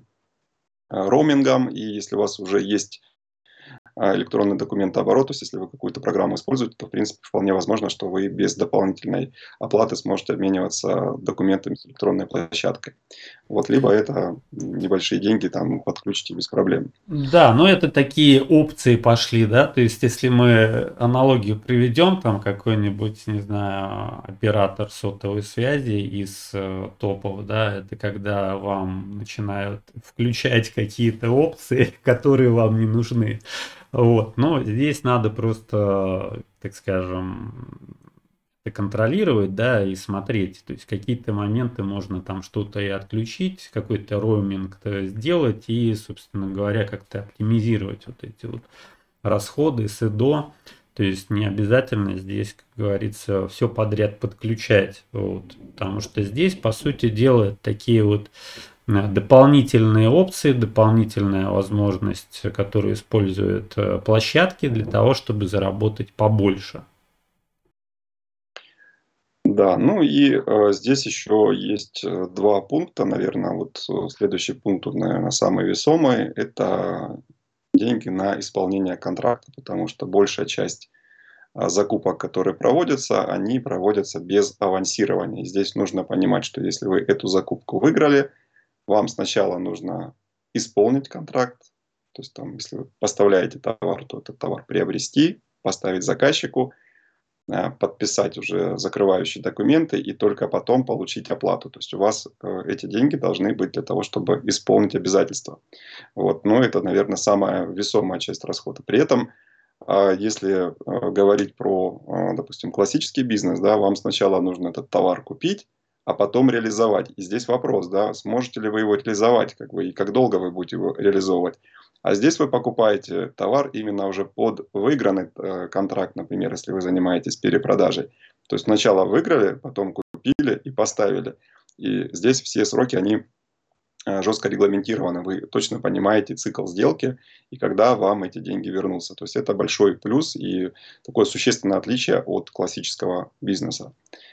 роумингом, и если у вас уже есть электронный документооборот, то есть если вы какую-то программу используете, то в принципе вполне возможно, что вы без дополнительной оплаты сможете обмениваться документами с электронной площадкой. Вот, либо это небольшие деньги там подключите без проблем. Да, но это такие опции пошли, да, то есть если мы аналогию приведем, там какой-нибудь, не знаю, оператор сотовой связи из топов, да, это когда вам начинают включать какие-то опции, которые вам не нужны. Вот, но здесь надо просто, так скажем, контролировать, да, и смотреть. То есть какие-то моменты можно там что-то и отключить, какой-то роуминг сделать и, собственно говоря, как-то оптимизировать вот эти вот расходы с ИДО. То есть не обязательно здесь, как говорится, все подряд подключать. Вот, потому что здесь, по сути дела, такие вот дополнительные опции, дополнительная возможность, которую используют площадки для того, чтобы заработать побольше. Да, ну и здесь еще есть два пункта, наверное. Вот следующий пункт, наверное, самый весомый. Это деньги на исполнение контракта, потому что большая часть закупок, которые проводятся, они проводятся без авансирования. И здесь нужно понимать, что если вы эту закупку выиграли, вам сначала нужно исполнить контракт. То есть, там, если вы поставляете товар, то этот товар приобрести, поставить заказчику, подписать уже закрывающие документы и только потом получить оплату. То есть у вас эти деньги должны быть для того, чтобы исполнить обязательства. Вот. Но это, наверное, самая весомая часть расхода. При этом, если говорить про, допустим, классический бизнес, да, вам сначала нужно этот товар купить, а потом реализовать. И здесь вопрос, да, сможете ли вы его реализовать, как бы, и как долго вы будете его реализовывать. А здесь вы покупаете товар именно уже под выигранный контракт, например, если вы занимаетесь перепродажей. То есть сначала выиграли, потом купили и поставили. И здесь все сроки, они жестко регламентированы. Вы точно понимаете цикл сделки и когда вам эти деньги вернутся. То есть это большой плюс и такое существенное отличие от классического бизнеса.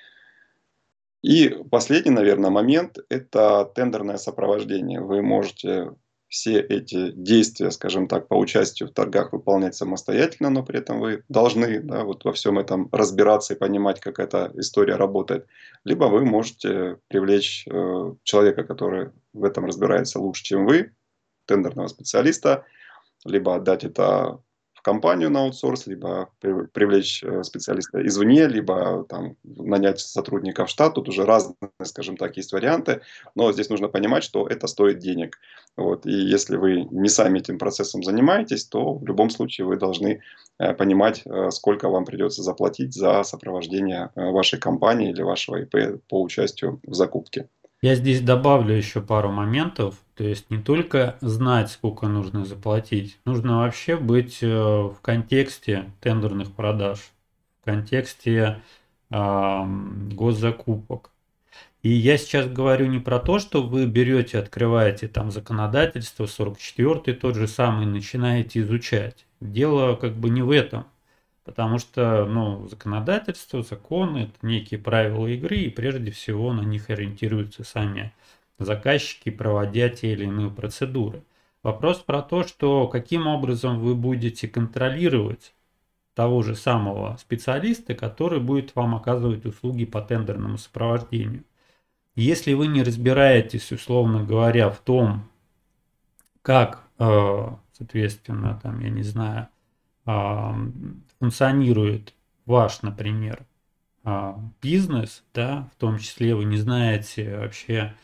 И последний, наверное, момент – это тендерное сопровождение. Вы можете все эти действия, скажем так, по участию в торгах выполнять самостоятельно, но при этом вы должны, да, вот во всем этом разбираться и понимать, как эта история работает. Либо вы можете привлечь человека, который в этом разбирается лучше, чем вы, тендерного специалиста, либо отдать это в компанию на аутсорс, либо привлечь специалиста извне, либо там, нанять сотрудника в штат. Тут уже разные, скажем так, есть варианты. Но здесь нужно понимать, что это стоит денег. Вот. И если вы не сами этим процессом занимаетесь, то в любом случае вы должны понимать, сколько вам придется заплатить за сопровождение вашей компании или вашего ИП по участию в закупке. Я здесь добавлю еще пару моментов. То есть не только знать, сколько нужно заплатить, нужно вообще быть в контексте тендерных продаж, в контексте госзакупок. И я сейчас говорю не про то, что вы берете, открываете там законодательство, 44-й тот же самый, начинаете изучать. Дело как бы не в этом. Потому что ну, законодательство, законы – это некие правила игры, и прежде всего на них ориентируются сами заказчики, проводя те или иные процедуры. Вопрос про то, что каким образом вы будете контролировать того же самого специалиста, который будет вам оказывать услуги по тендерному сопровождению. Если вы не разбираетесь, условно говоря, в том, как, соответственно, там, я не знаю, функционирует ваш, например, бизнес, да, в том числе вы не знаете вообще,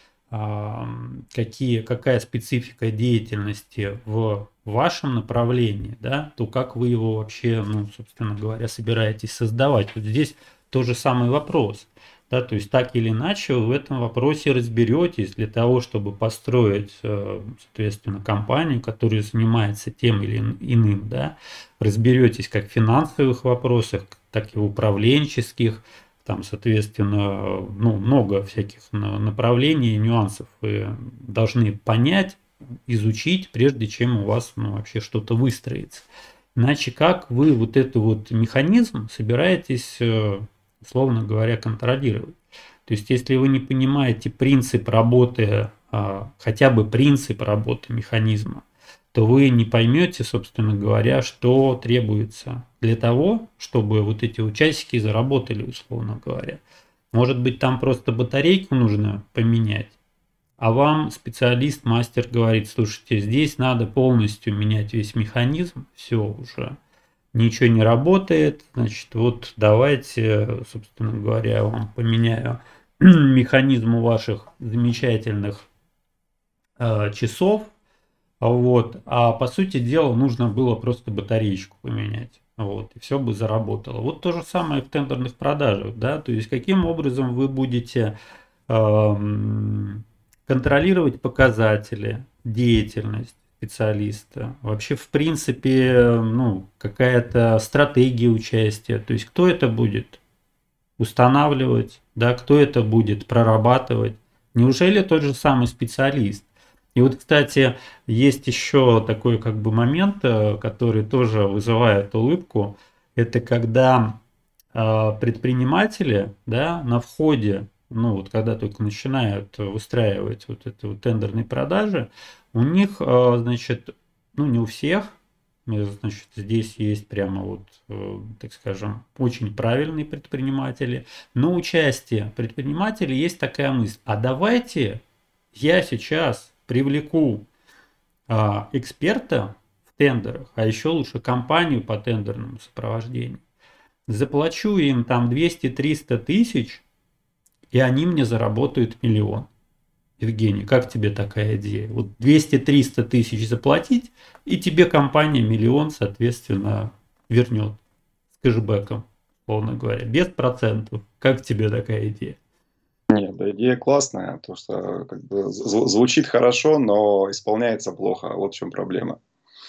какая специфика деятельности в вашем направлении, да, то как вы его вообще, ну, собственно говоря, собираетесь создавать. Вот здесь тот же самый вопрос. Да, то есть так или иначе вы в этом вопросе разберетесь для того, чтобы построить, соответственно, компанию, которая занимается тем или иным, да, разберетесь как в финансовых вопросах, так и в управленческих, там, соответственно, ну, много всяких направлений и нюансов вы должны понять, изучить, прежде чем у вас ну, вообще что-то выстроится. Иначе как вы вот этот вот механизм собираетесь, условно говоря, контролировать? То есть, если вы не понимаете принцип работы, хотя бы принцип работы механизма, то вы не поймете, собственно говоря, что требуется для того, чтобы вот эти участники заработали, условно говоря. Может быть, там просто батарейку нужно поменять, а вам специалист, мастер говорит, слушайте, здесь надо полностью менять весь механизм, все уже, ничего не работает, значит, вот давайте, собственно говоря, я вам поменяю механизм у ваших замечательных часов, вот. А по сути дела нужно было просто батареечку поменять. Вот, и все бы заработало. Вот то же самое в тендерных продажах, да, то есть каким образом вы будете контролировать показатели, деятельность специалиста, вообще в принципе, ну, какая-то стратегия участия, то есть кто это будет устанавливать, да, кто это будет прорабатывать. Неужели тот же самый специалист? И вот, кстати, есть еще такой как бы момент, который тоже вызывает улыбку. Это когда предприниматели, да, на входе, ну вот когда только начинают выстраивать вот это вот тендерные продажи, у них, значит, ну не у всех, значит, здесь есть прямо вот, так скажем, очень правильные предприниматели, но участие предпринимателей есть такая мысль, а давайте я сейчас привлеку эксперта в тендерах, а еще лучше компанию по тендерному сопровождению. заплачу им там 200-300 тысяч, и они мне заработают миллион. Евгений, как тебе такая идея? Вот 200-300 тысяч заплатить, и тебе компания миллион, соответственно, вернет с кэшбэком, условно говоря, без процентов. Как тебе такая идея? Нет, да, идея классная, то что как бы звучит хорошо, но исполняется плохо. Вот в чем проблема.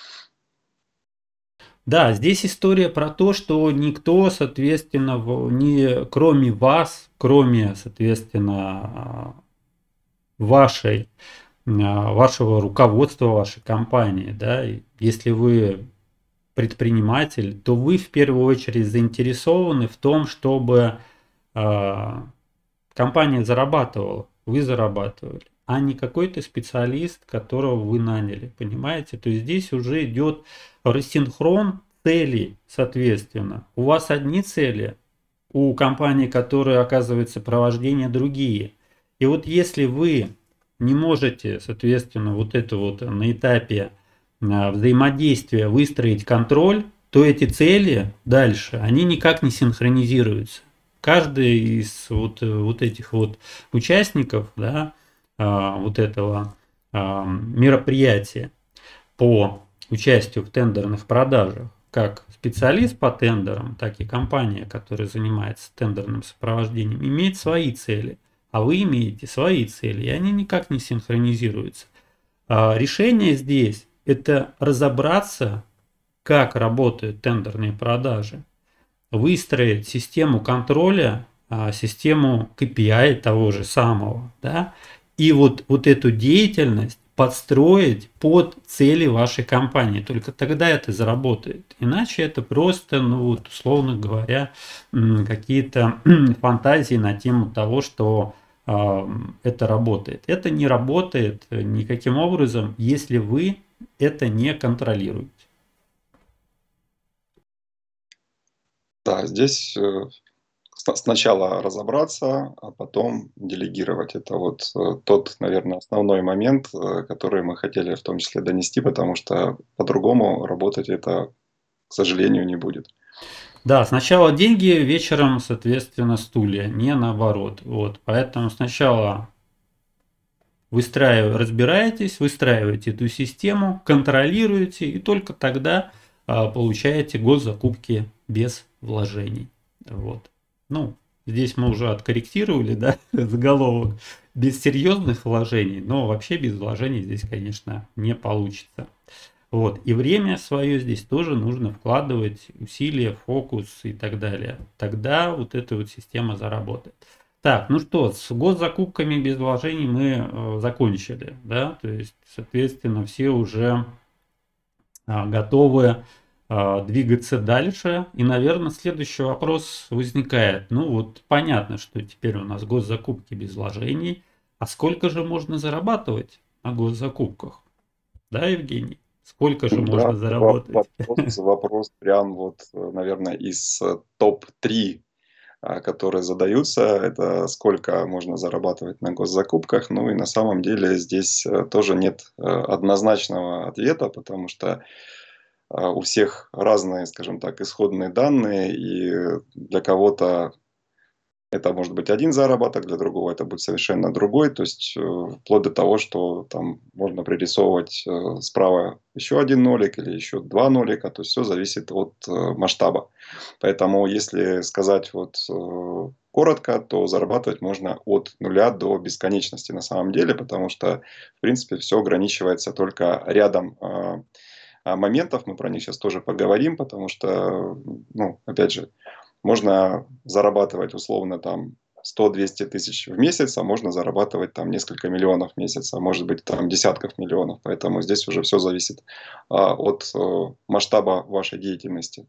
Да, здесь история про то, что никто, соответственно, не, кроме вас, кроме, соответственно, вашей, вашего руководства вашей компании, да, и если вы предприниматель, то вы в первую очередь заинтересованы в том, чтобы а, компания зарабатывала, вы зарабатывали, а не какой-то специалист, которого вы наняли, понимаете? То есть здесь уже идет рассинхрон целей, соответственно. У вас одни цели, у компании, которая оказывает сопровождение, другие. И вот если вы не можете, соответственно, вот это вот на этапе взаимодействия выстроить контроль, то эти цели дальше, они никак не синхронизируются. Каждый из вот этих вот участников, да, вот этого мероприятия по участию в тендерных продажах, как специалист по тендерам, так и компания, которая занимается тендерным сопровождением, имеет свои цели, а вы имеете свои цели, и они никак не синхронизируются. Решение здесь – это разобраться, как работают тендерные продажи, выстроить систему контроля, систему KPI того же самого, да, и вот эту деятельность подстроить под цели вашей компании. Только тогда это заработает. Иначе это просто, ну вот, условно говоря, какие-то фантазии на тему того, что это работает. Это не работает никаким образом, если вы это не контролируете. Да, здесь сначала разобраться, а потом делегировать. Это вот тот, наверное, основной момент, который мы хотели в том числе донести, потому что по-другому работать это, к сожалению, не будет. Да, сначала деньги, вечером, соответственно, стулья, не наоборот. Вот, поэтому сначала разбираетесь, выстраиваете эту систему, контролируете, и только тогда получаете госзакупки без вложений. Вот. Ну, здесь мы уже откорректировали, да, заголовок без серьезных вложений, но вообще без вложений здесь, конечно, не получится. Вот. И время свое здесь тоже нужно вкладывать, усилия, фокус и так далее. Тогда вот эта вот система заработает. Так, ну что, с госзакупками без вложений мы закончили, да, то есть, соответственно, все уже готовы двигаться дальше. И, наверное, следующий вопрос возникает. Ну вот понятно, что теперь у нас госзакупки без вложений, а сколько же можно зарабатывать на госзакупках? Да, Евгений? Сколько же Да, можно заработать? вопрос прям вот, наверное, из топ-3, которые задаются. Это сколько можно зарабатывать на госзакупках. Ну и на самом деле здесь тоже нет однозначного ответа, потому что у всех разные, скажем так, исходные данные, и для кого-то это может быть один заработок, для другого это будет совершенно другой. То есть вплоть до того, что там можно пририсовывать справа еще один нолик или еще два нолика. То есть все зависит от масштаба. Поэтому если сказать вот коротко, то зарабатывать можно от нуля до бесконечности на самом деле, потому что в принципе все ограничивается только рядом моментов. Мы про них сейчас тоже поговорим, потому что, ну, опять же, можно зарабатывать условно там 100-200 тысяч в месяц, а можно зарабатывать там несколько миллионов в месяц, а может быть там десятков миллионов. Поэтому здесь уже все зависит от масштаба вашей деятельности.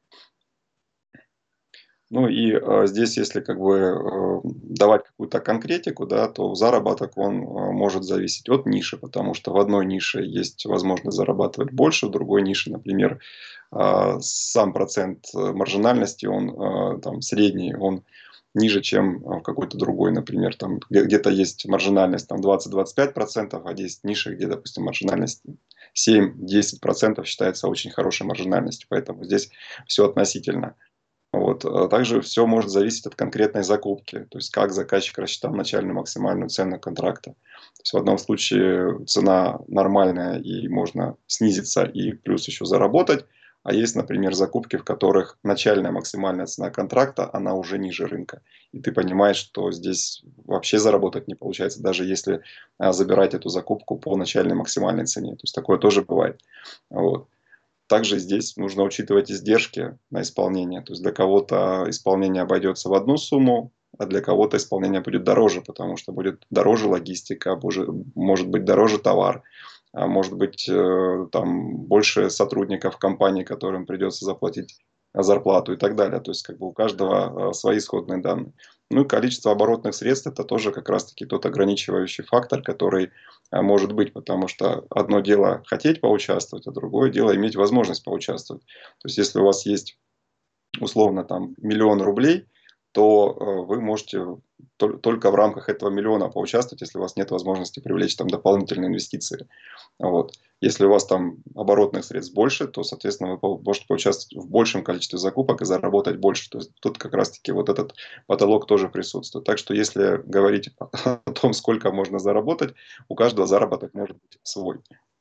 Ну и здесь, если как бы давать какую-то конкретику, да, то заработок он может зависеть от ниши, потому что в одной нише есть возможность зарабатывать больше, в другой нише, например, сам процент маржинальности, он там средний, он ниже, чем в какой-то другой, например, там где-то есть маржинальность там 20-25%, а есть ниши, где, допустим, маржинальность 7-10% считается очень хорошей маржинальностью, поэтому здесь все относительно. Вот. Вот. Также все может зависеть от конкретной закупки, то есть как заказчик рассчитал начальную максимальную цену контракта. То есть в одном случае цена нормальная и можно снизиться и плюс еще заработать, а есть, например, закупки, в которых начальная максимальная цена контракта, она уже ниже рынка. И ты понимаешь, что здесь вообще заработать не получается, даже если забирать эту закупку по начальной максимальной цене. То есть такое тоже бывает. Вот. Также здесь нужно учитывать издержки на исполнение. То есть для кого-то исполнение обойдется в одну сумму, а для кого-то исполнение будет дороже, потому что будет дороже логистика, может быть дороже товар, может быть там больше сотрудников компании, которым придется заплатить зарплату и так далее. То есть как бы у каждого свои исходные данные. Ну и количество оборотных средств это тоже как раз-таки тот ограничивающий фактор, который может быть, потому что одно дело хотеть поучаствовать, а другое дело иметь возможность поучаствовать. То есть если у вас есть условно там 1 000 000 рублей, то вы можете только в рамках этого миллиона поучаствовать, если у вас нет возможности привлечь там дополнительные инвестиции. Вот. Если у вас там оборотных средств больше, то, соответственно, вы можете поучаствовать в большем количестве закупок и заработать больше. То есть тут как раз-таки вот этот потолок тоже присутствует. Так что если говорить о том, сколько можно заработать, у каждого заработок может быть свой.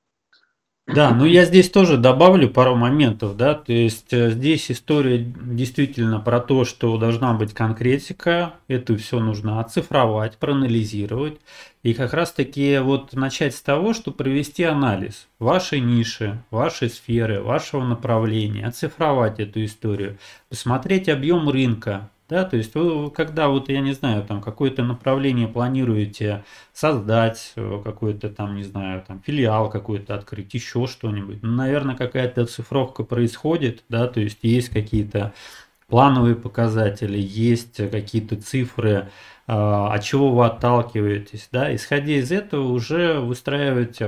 Да, ну я здесь тоже добавлю пару моментов, да, то есть здесь история действительно про то, что должна быть конкретика, это все нужно оцифровать, проанализировать, и как раз-таки вот начать с того, что провести анализ вашей ниши, вашей сферы, вашего направления, оцифровать эту историю, посмотреть объем рынка, да, то есть вы, когда вот, я не знаю, там какое-то направление планируете создать какой-то там, не знаю, там филиал какой-то открыть, еще что-нибудь. Ну, наверное, какая-то оцифровка происходит, да, то есть есть какие-то плановые показатели, есть какие-то цифры, от чего вы отталкиваетесь, да, исходя из этого уже выстраиваете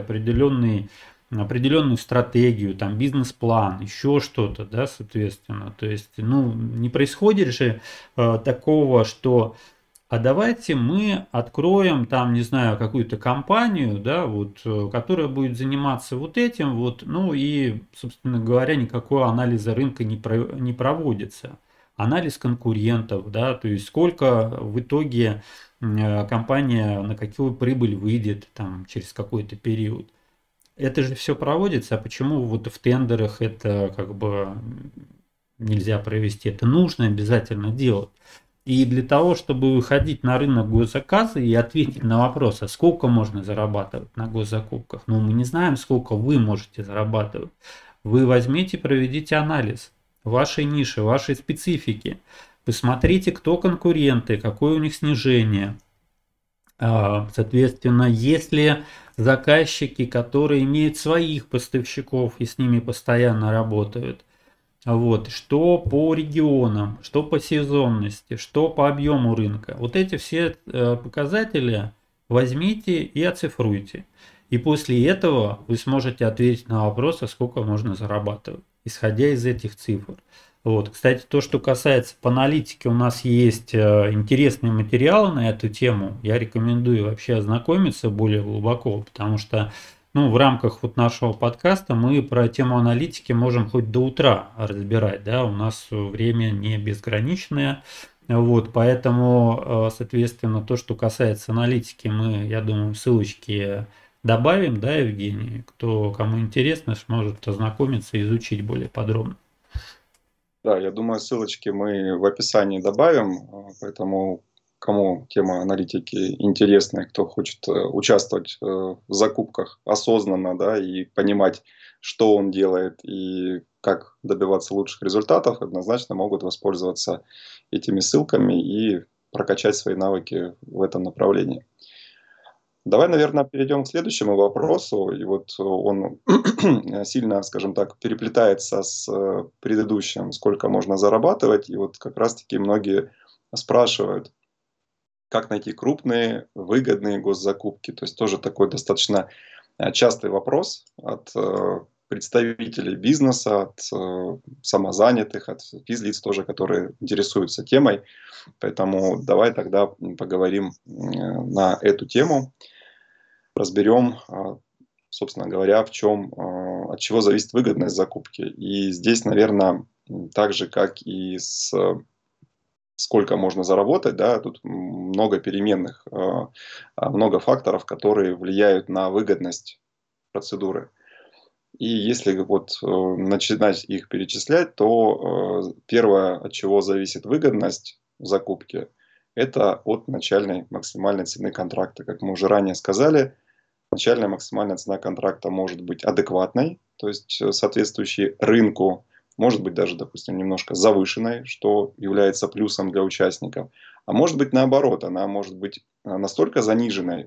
определенную стратегию, там бизнес-план, еще что-то, да, соответственно. То есть, ну, не происходит же такого, что а давайте мы откроем там, не знаю, какую-то компанию, да, вот, которая будет заниматься вот этим, вот, ну и, собственно говоря, никакого анализа рынка не проводится. Анализ конкурентов, да, то есть сколько в итоге компания на какую прибыль выйдет там через какой-то период. Это же все проводится, а почему вот в тендерах это как бы нельзя провести? Это нужно обязательно делать. И для того, чтобы выходить на рынок госзаказа и ответить на вопрос, а сколько можно зарабатывать на госзакупках, ну мы не знаем, сколько вы можете зарабатывать. Вы возьмите, проведите анализ вашей ниши, вашей специфики. Посмотрите, кто конкуренты, какое у них снижение. Соответственно, если заказчики, которые имеют своих поставщиков и с ними постоянно работают, вот, что по регионам, что по сезонности, что по объему рынка. Вот эти все показатели возьмите и оцифруйте. И после этого вы сможете ответить на вопрос, а сколько можно зарабатывать, исходя из этих цифр. Вот. Кстати, то, что касается по аналитике, у нас есть интересные материалы на эту тему. Я рекомендую вообще ознакомиться более глубоко, потому что ну, в рамках вот нашего подкаста мы про тему аналитики можем хоть до утра разбирать, да, у нас время не безграничное, вот, поэтому, соответственно, то, что касается аналитики, мы, я думаю, ссылочки добавим, да, Евгений, кому интересно, сможет ознакомиться и изучить более подробно. Да, я думаю, ссылочки мы в описании добавим, поэтому кому тема аналитики интересна, кто хочет участвовать в закупках осознанно, да, и понимать, что он делает и как добиваться лучших результатов, однозначно могут воспользоваться этими ссылками и прокачать свои навыки в этом направлении. Давай, наверное, перейдем к следующему вопросу. И вот он сильно, скажем так, переплетается с предыдущим, сколько можно зарабатывать. И вот как раз-таки многие спрашивают, как найти крупные, выгодные госзакупки. То есть тоже такой достаточно частый вопрос от представителей бизнеса, от самозанятых, от физлиц тоже, которые интересуются темой. Поэтому давай тогда поговорим на эту тему, разберем, собственно говоря, в чем, от чего зависит выгодность закупки. И здесь, наверное, так же, как и с сколько можно заработать, да, тут много переменных, много факторов, которые влияют на выгодность процедуры. И если вот начинать их перечислять, то первое, от чего зависит выгодность закупки, это от начальной максимальной цены контракта. Как мы уже ранее сказали, начальная максимальная цена контракта может быть адекватной, то есть соответствующей рынку, может быть даже, допустим, немножко завышенной, что является плюсом для участников. А может быть наоборот, она может быть настолько заниженной,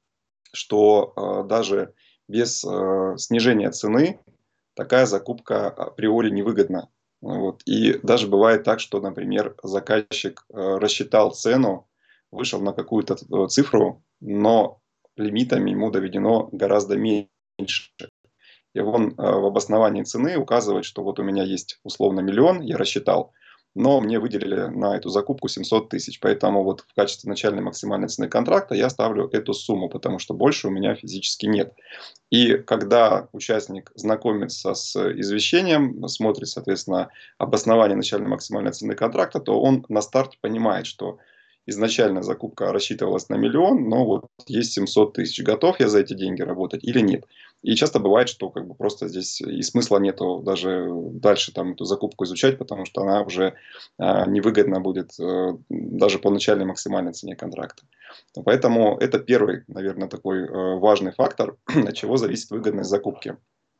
что даже без снижения цены такая закупка априори невыгодна. Вот. И даже бывает так, что, например, заказчик рассчитал цену, вышел на какую-то цифру, но лимитами ему доведено гораздо меньше. И он в обосновании цены указывает, что вот у меня есть условно миллион, я рассчитал, но мне выделили на эту закупку 700 тысяч. Поэтому вот в качестве начальной максимальной цены контракта я ставлю эту сумму, потому что больше у меня физически нет. И когда участник знакомится с извещением, смотрит, соответственно, обоснование начальной максимальной цены контракта, то он на старте понимает, что изначально закупка рассчитывалась на миллион, но вот есть 700 тысяч. Готов я за эти деньги работать или нет? И часто бывает, что как бы просто здесь и смысла нету даже дальше там эту закупку изучать, потому что она уже невыгодна будет даже по начальной максимальной цене контракта. Поэтому это первый, наверное, такой важный фактор, от чего зависит выгодность закупки.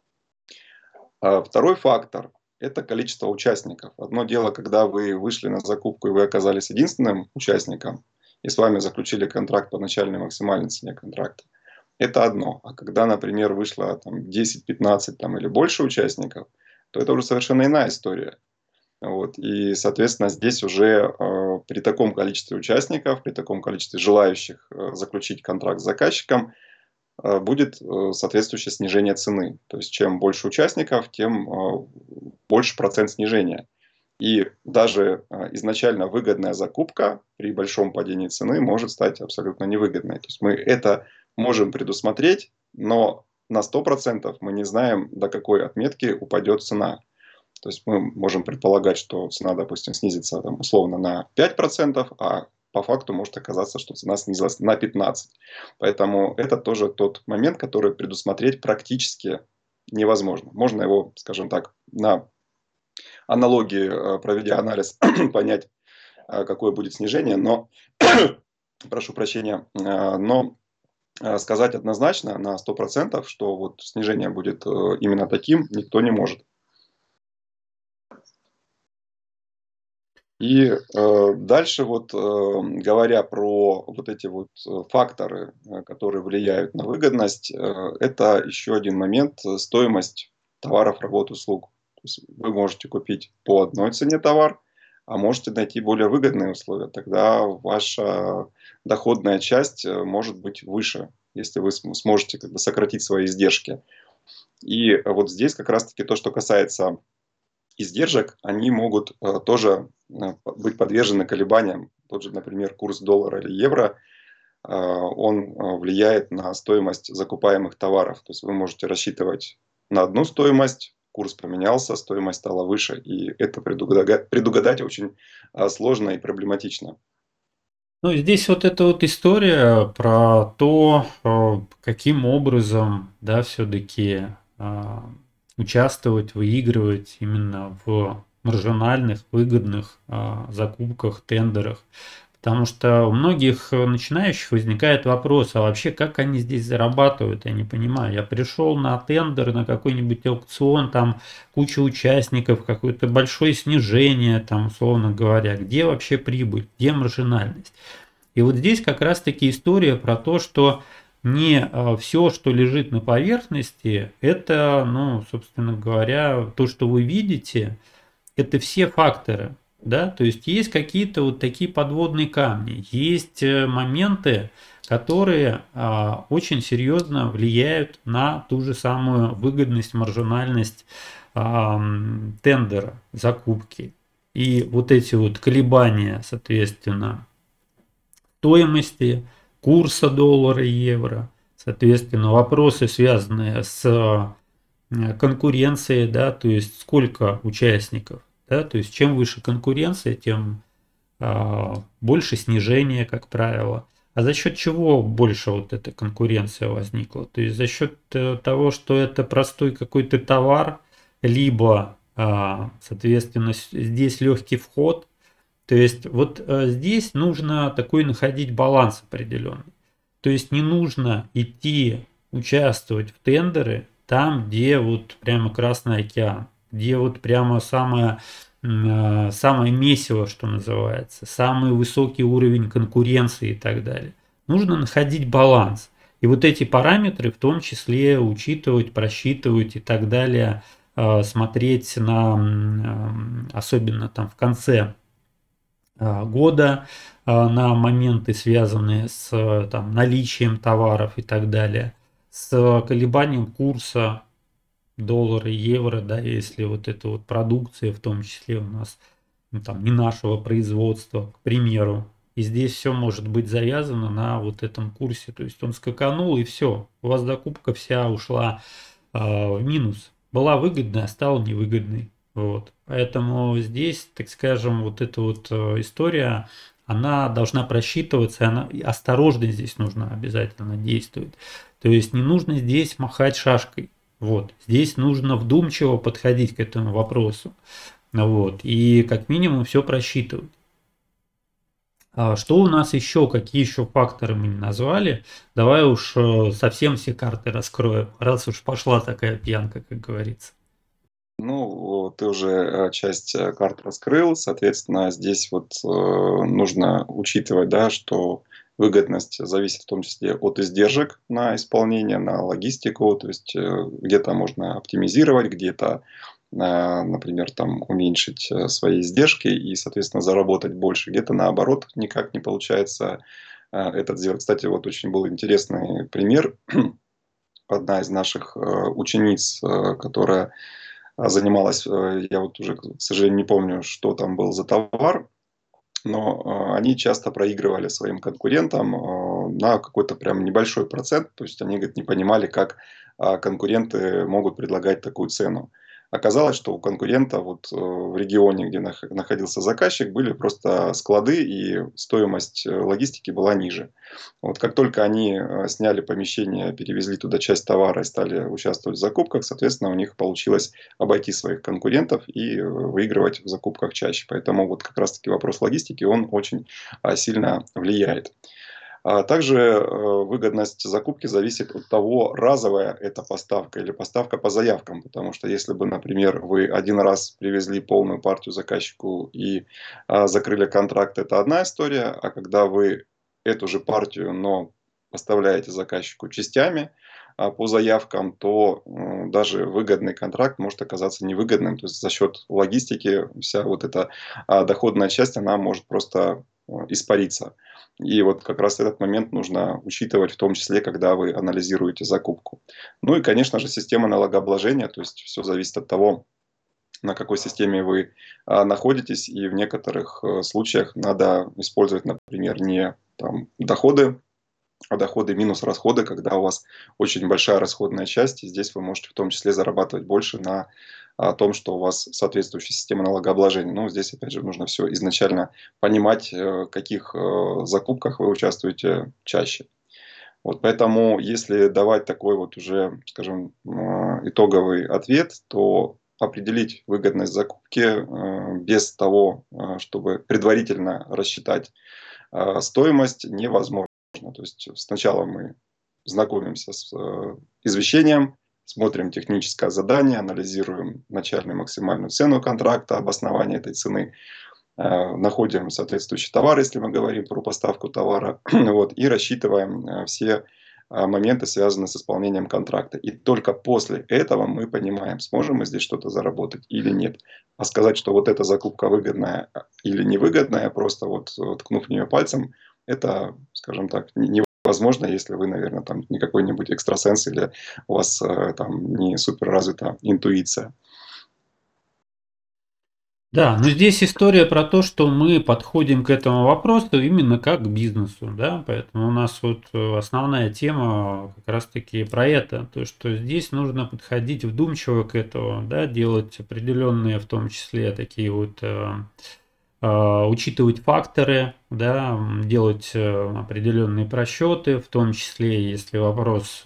Второй фактор – это количество участников. Одно дело, когда вы вышли на закупку и вы оказались единственным участником, и с вами заключили контракт по начальной максимальной цене контракта. Это одно. А когда, например, вышло там, 10-15 или больше участников, то это уже совершенно иная история. Вот. И, соответственно, здесь уже при таком количестве участников, при таком количестве желающих заключить контракт с заказчиком, будет соответствующее снижение цены. То есть, чем больше участников, тем больше процент снижения. И даже изначально выгодная закупка при большом падении цены может стать абсолютно невыгодной. То есть, мы это можем предусмотреть, но на 100% мы не знаем, до какой отметки упадет цена. То есть мы можем предполагать, что цена, допустим, снизится там, условно на 5%, а по факту может оказаться, что цена снизилась на 15%. Поэтому это тоже тот момент, который предусмотреть практически невозможно. Можно его, скажем так, на аналогии, проведя анализ, понять, какое будет снижение, но, прошу прощения, но сказать однозначно на 100%, что вот снижение будет именно таким, никто не может. И дальше вот говоря про вот эти вот факторы, которые влияют на выгодность, это еще один момент стоимость товаров, работ, услуг. То есть вы можете купить по одной цене товар, а можете найти более выгодные условия. Тогда ваша доходная часть может быть выше, если вы сможете как бы сократить свои издержки. И вот здесь как раз-таки то, что касается издержек, они могут тоже быть подвержены колебаниям. Тот же, например, курс доллара или евро, он влияет на стоимость закупаемых товаров. То есть вы можете рассчитывать на одну стоимость, курс поменялся, стоимость стала выше. И это предугадать очень сложно и проблематично. Ну, здесь вот эта вот история про то, каким образом, да, все-таки участвовать, выигрывать именно в маржинальных, выгодных закупках, тендерах. Потому что у многих начинающих возникает вопрос, а вообще как они здесь зарабатывают, я не понимаю. Я пришел на тендер, на какой-нибудь аукцион, там куча участников, какое-то большое снижение, там, условно говоря, где вообще прибыль, где маржинальность. И вот здесь как раз-таки история про то, что не все, что лежит на поверхности, это, ну, собственно говоря, то, что вы видите, это все факторы. Да? То есть есть какие-то вот такие подводные камни, есть моменты, которые очень серьезно влияют на ту же самую выгодность, маржинальность тендера, закупки. И вот эти вот колебания, соответственно, стоимости, курса доллара и евро, соответственно, вопросы, связанные с конкуренцией, да, то есть сколько участников, да, то есть чем выше конкуренция, тем больше снижения, как правило. А за счет чего больше вот эта конкуренция возникла? То есть за счет того, что это простой какой-то товар, либо, соответственно, здесь легкий вход. То есть вот здесь нужно такой находить баланс определенный. То есть не нужно идти участвовать в тендеры там, где вот прямо Красный океан, где вот прямо самое месиво, что называется, самый высокий уровень конкуренции и так далее. Нужно находить баланс. И вот эти параметры в том числе учитывать, просчитывать и так далее, смотреть особенно там в конце года, на моменты, связанные с там, наличием товаров и так далее, с колебанием курса доллара, евро, да, если вот эта вот продукция, в том числе у нас там, не нашего производства, к примеру. И здесь все может быть завязано на вот этом курсе. То есть он скаканул и все. У вас закупка вся ушла в минус. Была выгодная, стала невыгодной. Вот. Поэтому здесь, так скажем, вот эта вот история, она должна просчитываться, и осторожно здесь нужно обязательно действовать. То есть не нужно здесь махать шашкой. Вот. Здесь нужно вдумчиво подходить к этому вопросу. Вот. И как минимум все просчитывать. Что у нас еще, какие еще факторы мы не назвали? Давай уж совсем все карты раскроем, раз уж пошла такая пьянка, как говорится. Ну, ты уже часть карт раскрыл, соответственно, здесь вот нужно учитывать, да, что выгодность зависит в том числе от издержек на исполнение, на логистику, то есть где-то можно оптимизировать, где-то, например, там уменьшить свои издержки и, соответственно, заработать больше, где-то наоборот никак не получается это сделать. Кстати, вот очень был интересный пример. Одна из наших учениц, которая занималась, я вот уже, к сожалению, не помню, что там был за товар, но они часто проигрывали своим конкурентам на какой-то прям небольшой процент. То есть они, говорит, не понимали, как конкуренты могут предлагать такую цену. Оказалось, что у конкурента вот в регионе, где находился заказчик, были просто склады, и стоимость логистики была ниже. Вот как только они сняли помещение, перевезли туда часть товара и стали участвовать в закупках, соответственно, у них получилось обойти своих конкурентов и выигрывать в закупках чаще. Поэтому вот как раз-таки вопрос логистики, он очень сильно влияет. Также выгодность закупки зависит от того, разовая это поставка или поставка по заявкам. Потому что если бы, например, вы один раз привезли полную партию заказчику и закрыли контракт, это одна история. А когда вы эту же партию, но поставляете заказчику частями по заявкам, то даже выгодный контракт может оказаться невыгодным. То есть за счет логистики вся вот эта доходная часть, она может просто испариться. И вот как раз этот момент нужно учитывать, в том числе, когда вы анализируете закупку. Ну и, конечно же, система налогообложения. То есть все зависит от того, на какой системе вы находитесь. И в некоторых случаях надо использовать, например, не там, доходы, а доходы минус расходы, когда у вас очень большая расходная часть. И здесь вы можете в том числе зарабатывать больше на том, что у вас соответствующая система налогообложения. Но здесь, опять же, нужно все изначально понимать, в каких закупках вы участвуете чаще. Вот поэтому, если давать такой вот уже, скажем, итоговый ответ, то определить выгодность закупки без того, чтобы предварительно рассчитать стоимость, невозможно. То есть сначала мы знакомимся с извещением, смотрим техническое задание, анализируем начальную максимальную цену контракта, обоснование этой цены, находим соответствующий товар, если мы говорим про поставку товара, вот, и рассчитываем все моменты, связанные с исполнением контракта. И только после этого мы понимаем, сможем мы здесь что-то заработать или нет. А сказать, что вот эта закупка выгодная или невыгодная, просто вот ткнув в нее пальцем, это, скажем так, невозможно, если вы, наверное, там не какой-нибудь экстрасенс или у вас там не супер развита интуиция. Да, но здесь история про то, что мы подходим к этому вопросу именно как к бизнесу, да, поэтому у нас вот основная тема как раз-таки про это, то, что здесь нужно подходить вдумчиво к этому, да, делать определенные, в том числе, такие вот учитывать факторы, да, делать определенные просчеты, в том числе, если вопрос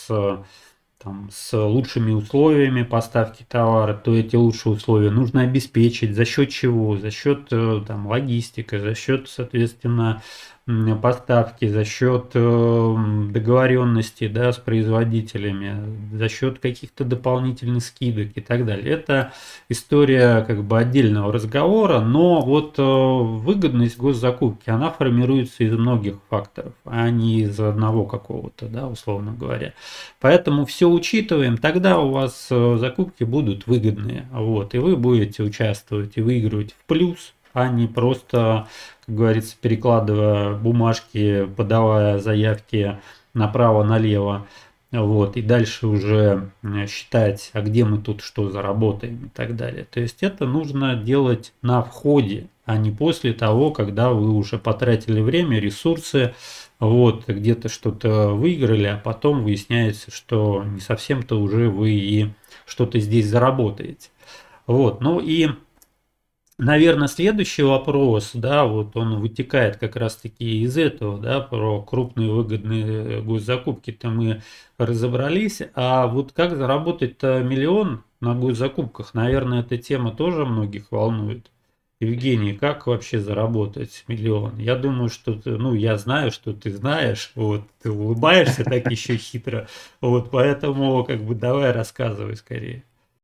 с лучшими условиями поставки товара, то эти лучшие условия нужно обеспечить. За счет чего? За счет там, логистики, за счет, соответственно, поставки, за счет договоренности, да, с производителями, за счет каких-то дополнительных скидок и так далее. Это история как бы отдельного разговора, но вот выгодность госзакупки, она формируется из многих факторов, а не из одного какого-то, да, условно говоря. Поэтому все учитываем, тогда у вас закупки будут выгодные, вот, и вы будете участвовать и выигрывать в плюс, а не просто, как говорится, перекладывая бумажки, подавая заявки направо-налево, вот, и дальше уже считать, а где мы тут что заработаем и так далее. То есть это нужно делать на входе, а не после того, когда вы уже потратили время, ресурсы, вот, где-то что-то выиграли, а потом выясняется, что не совсем-то уже вы и что-то здесь заработаете. Вот, ну и, наверное, следующий вопрос, да, вот он вытекает как раз-таки из этого, да, про крупные выгодные госзакупки-то мы разобрались, а вот как заработать-то миллион на госзакупках, наверное, эта тема тоже многих волнует. Евгений, как вообще заработать миллион? Я думаю, что ты, ну, я знаю, что ты знаешь, вот, ты улыбаешься так еще хитро, вот, поэтому, как бы, давай рассказывай скорее.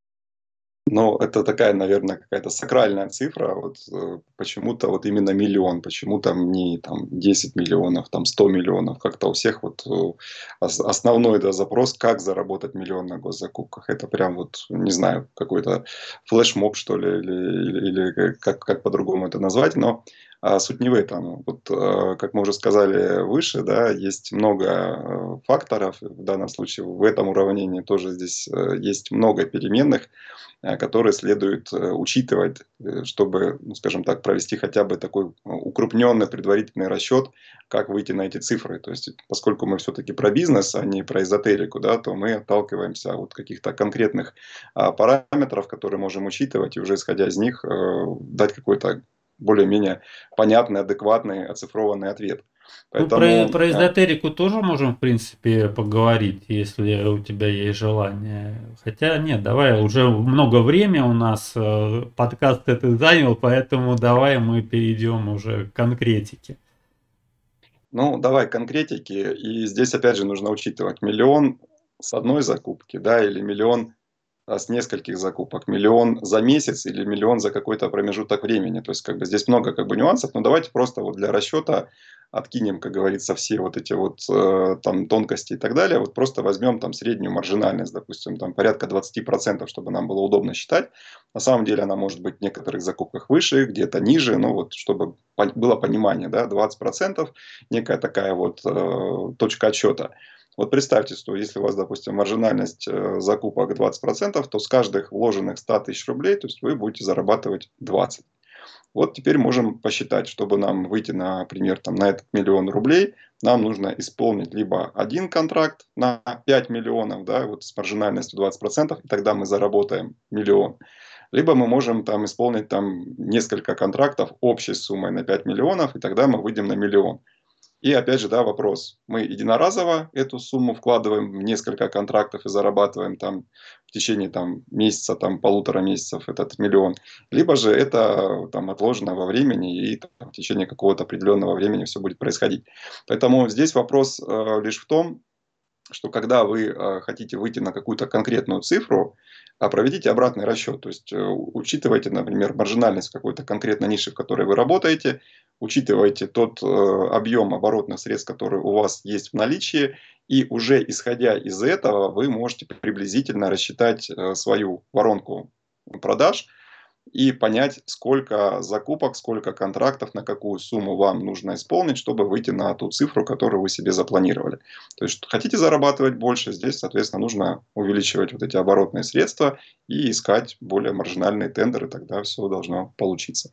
Ну, это такая, наверное, какая-то сакральная цифра. Вот, почему-то вот именно миллион, почему там не там 10 миллионов, там 100 миллионов. Как-то у всех вот основной, да, запрос, как заработать миллион на госзакупках. Это прям вот, не знаю, какой-то флешмоб, что ли, или как по-другому это назвать. Но суть не в этом. Вот, как мы уже сказали выше, да, есть много факторов. В данном случае в этом уравнении тоже здесь есть много переменных, которые следует учитывать, чтобы, ну, скажем так, провести хотя бы такой укрупненный предварительный расчет, как выйти на эти цифры. То есть, поскольку мы все-таки про бизнес, а не про эзотерику, да, то мы отталкиваемся от каких-то конкретных параметров, которые можем учитывать, и уже исходя из них дать какой-то более-менее понятный, адекватный, оцифрованный ответ. Ну, про, Поэтому про эзотерику тоже можем, в принципе, поговорить, если у тебя есть желание. Хотя нет, давай, уже много времени у нас, подкаст этот занял, поэтому давай мы перейдем уже к конкретике. ну, давай конкретики. И здесь, опять же, нужно учитывать миллион с одной закупки, да, или миллион с нескольких закупок, миллион за месяц или миллион за какой-то промежуток времени. То есть, как бы здесь много как бы нюансов, но давайте просто вот для расчета откинем, как говорится, все вот эти вот там тонкости и так далее. Вот просто возьмем там среднюю маржинальность, допустим, там порядка 20%, чтобы нам было удобно считать. На самом деле она может быть в некоторых закупках выше, где-то ниже, но вот чтобы было понимание, да, 20% некая такая вот точка отсчета. Вот представьте, что если у вас, допустим, маржинальность закупок 20%, то с каждых вложенных 100 тысяч рублей, то есть вы будете зарабатывать 20. Вот теперь можем посчитать, чтобы нам выйти, например, там, на этот миллион рублей, нам нужно исполнить либо один контракт на 5 миллионов, да, вот с маржинальностью 20%, и тогда мы заработаем миллион. Либо мы можем там исполнить там несколько контрактов общей суммой на 5 миллионов, и тогда мы выйдем на миллион. И опять же, да, вопрос. Мы единоразово эту сумму вкладываем в несколько контрактов и зарабатываем там в течение там, месяца, там, полутора месяцев этот миллион. Либо же это там, отложено во времени и там, в течение какого-то определенного времени все будет происходить. Поэтому здесь вопрос лишь в том, что когда вы хотите выйти на какую-то конкретную цифру, проведите обратный расчет. То есть учитывайте, например, маржинальность какой-то конкретной ниши, в которой вы работаете, учитывайте тот объем оборотных средств, который у вас есть в наличии, и уже исходя из этого вы можете приблизительно рассчитать свою воронку продаж и понять, сколько закупок, сколько контрактов, на какую сумму вам нужно исполнить, чтобы выйти на ту цифру, которую вы себе запланировали. То есть, хотите зарабатывать больше, здесь, соответственно, нужно увеличивать вот эти оборотные средства и искать более маржинальные тендеры, тогда все должно получиться.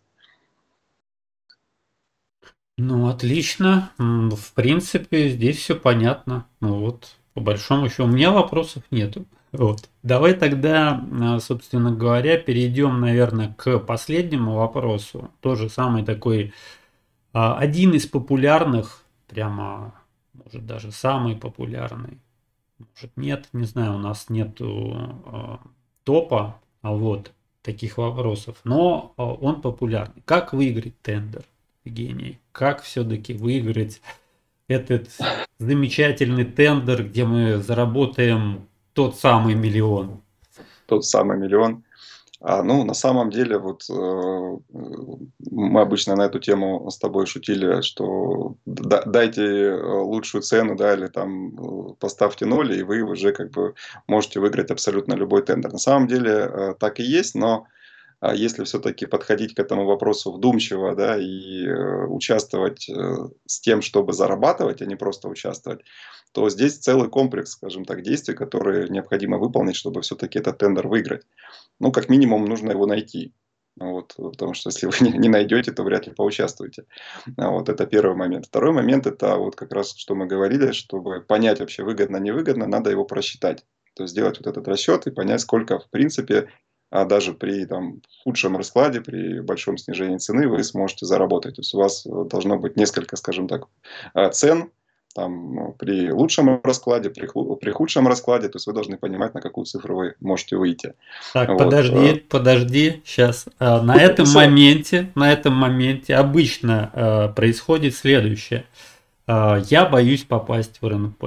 Ну, отлично. В принципе, здесь все понятно. Ну вот, по большому счету, у меня вопросов нету. Вот. Давай тогда, собственно говоря, перейдем, наверное, к последнему вопросу. Тоже самый такой, один из популярных, прямо, может, даже самый популярный. Может, нет, не знаю, у нас нету топа, вот, таких вопросов, но он популярный. Как выиграть тендер, Евгений? Как все-таки выиграть этот замечательный тендер, где мы заработаем тот самый миллион? Тот самый миллион. Ну, на самом деле, вот мы обычно на эту тему с тобой шутили, что дайте лучшую цену, да, или там поставьте ноль, и вы уже как бы можете выиграть абсолютно любой тендер. На самом деле так и есть, но если все-таки подходить к этому вопросу вдумчиво, да, и участвовать с тем, чтобы зарабатывать, а не просто участвовать, то здесь целый комплекс, скажем так, действий, которые необходимо выполнить, чтобы все-таки этот тендер выиграть. Ну, как минимум, нужно его найти. Вот, потому что если вы не найдете, то вряд ли поучаствуете. Вот это первый момент. Второй момент это вот как раз, что мы говорили, чтобы понять вообще выгодно, невыгодно, надо его просчитать. То есть сделать вот этот расчет и понять, сколько в принципе, даже при там, худшем раскладе, при большом снижении цены вы сможете заработать. То есть у вас должно быть несколько, скажем так, цен, там, при лучшем раскладе, при худшем раскладе, то есть вы должны понимать, на какую цифру вы можете выйти. Так, Вот. подожди, сейчас. Все. На этом моменте обычно происходит следующее. Я боюсь попасть в РНП.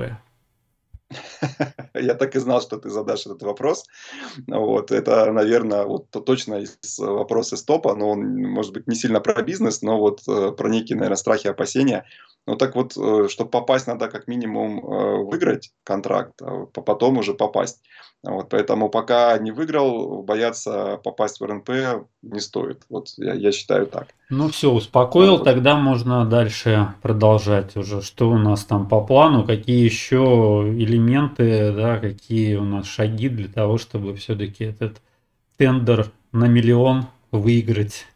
Я так и знал, что ты задашь этот вопрос. Вот. Это, наверное, вот точно из вопроса стопа, но он, может быть, не сильно про бизнес, но вот про некие, наверное, страхи, опасения. Ну так вот, чтобы попасть, надо как минимум выиграть контракт, а потом уже попасть. Вот, поэтому пока не выиграл, бояться попасть в РНП не стоит. Вот я считаю так. Ну все, успокоил, Вот. тогда можно дальше продолжать уже. Что у нас там по плану, какие еще элементы, да, какие у нас шаги для того, чтобы все-таки этот тендер на миллион выиграть.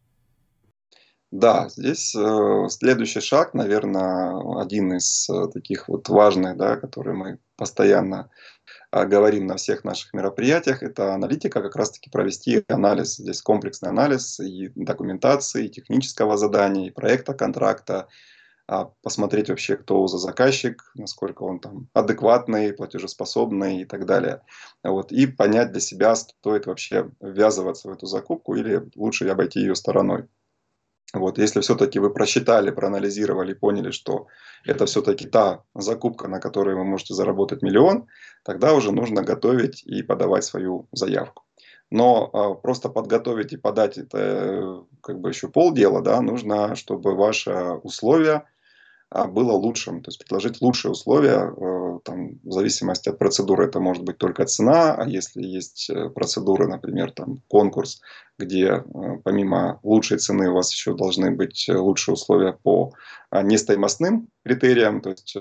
Да, здесь следующий шаг, наверное, один из таких вот важных, да, который мы постоянно говорим на всех наших мероприятиях, это аналитика, как раз-таки провести анализ, здесь комплексный анализ и документации, и технического задания, и проекта контракта, посмотреть вообще, кто за заказчик, насколько он там адекватный, платежеспособный и так далее. Вот, и понять для себя, стоит вообще ввязываться в эту закупку или лучше обойти ее стороной. Вот, если все-таки вы просчитали, проанализировали, поняли, что это все-таки та закупка, на которой вы можете заработать миллион, тогда уже нужно готовить и подавать свою заявку. Но просто подготовить и подать это как бы еще полдела, да, нужно, чтобы ваши условия было лучшим. То есть предложить лучшие условия, там, в зависимости от процедуры, это может быть только цена, а если есть процедуры, например, там, конкурс, где помимо лучшей цены у вас еще должны быть лучшие условия по нестоимостным критериям, то есть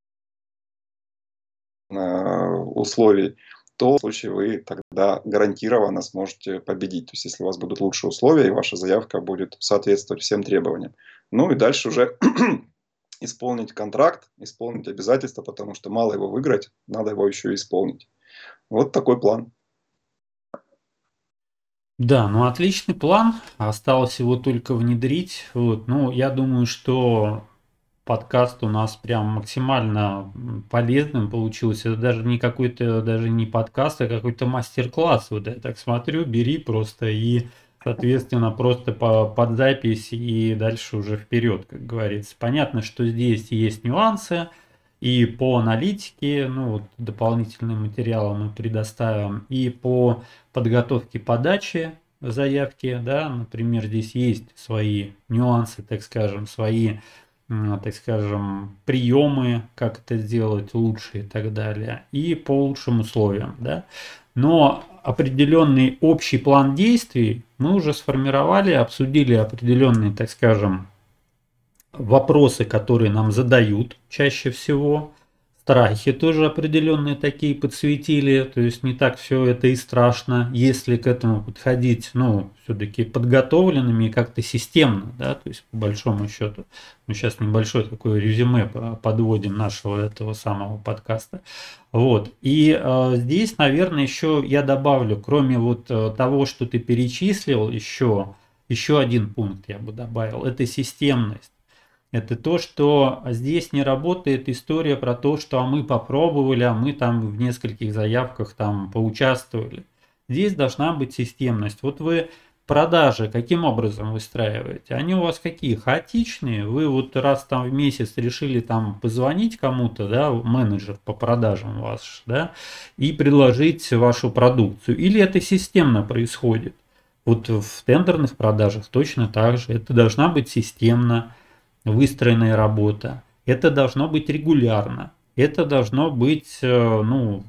условий, то в случае вы тогда гарантированно сможете победить. То есть если у вас будут лучшие условия и ваша заявка будет соответствовать всем требованиям. Ну и дальше уже исполнить контракт, исполнить обязательства, потому что мало его выиграть, надо его еще и исполнить. Вот такой план. Да, ну отличный план. Осталось его только внедрить. Вот. Ну, я думаю, что подкаст у нас прям максимально полезным получился. Это даже не какой-то, даже не подкаст, а какой-то мастер-класс. Вот я так смотрю, бери просто и, соответственно, просто под запись и дальше уже вперед, как говорится. Понятно, что здесь есть нюансы. И по аналитике, ну вот дополнительные материалы мы предоставим, и по подготовке подачи заявки, да, например, здесь есть свои нюансы, так скажем, свои, так скажем, приемы, как это сделать лучше и так далее, и по лучшим условиям, да. Но определенный общий план действий мы уже сформировали, обсудили определенные, так скажем, вопросы, которые нам задают чаще всего, страхи тоже определенные такие подсветили, то есть не так все это и страшно, если к этому подходить, ну, все-таки подготовленными и как-то системно, да, то есть по большому счету. Мы сейчас небольшое такое резюме подводим нашего этого самого подкаста. Вот. И здесь, наверное, еще я добавлю, кроме вот того, что ты перечислил, еще один пункт я бы добавил, это системность. Это то, что здесь не работает история про то, что мы попробовали, а мы там в нескольких заявках там поучаствовали. Здесь должна быть системность. Вот вы продажи каким образом выстраиваете? Они у вас какие? Хаотичные? Вы вот раз там в месяц решили там позвонить кому-то, да, менеджер по продажам ваш, да, и предложить вашу продукцию? Или это системно происходит? Вот в тендерных продажах точно так же. Это должна быть системно выстроенная работа. Это должно быть регулярно. Это должно быть, ну,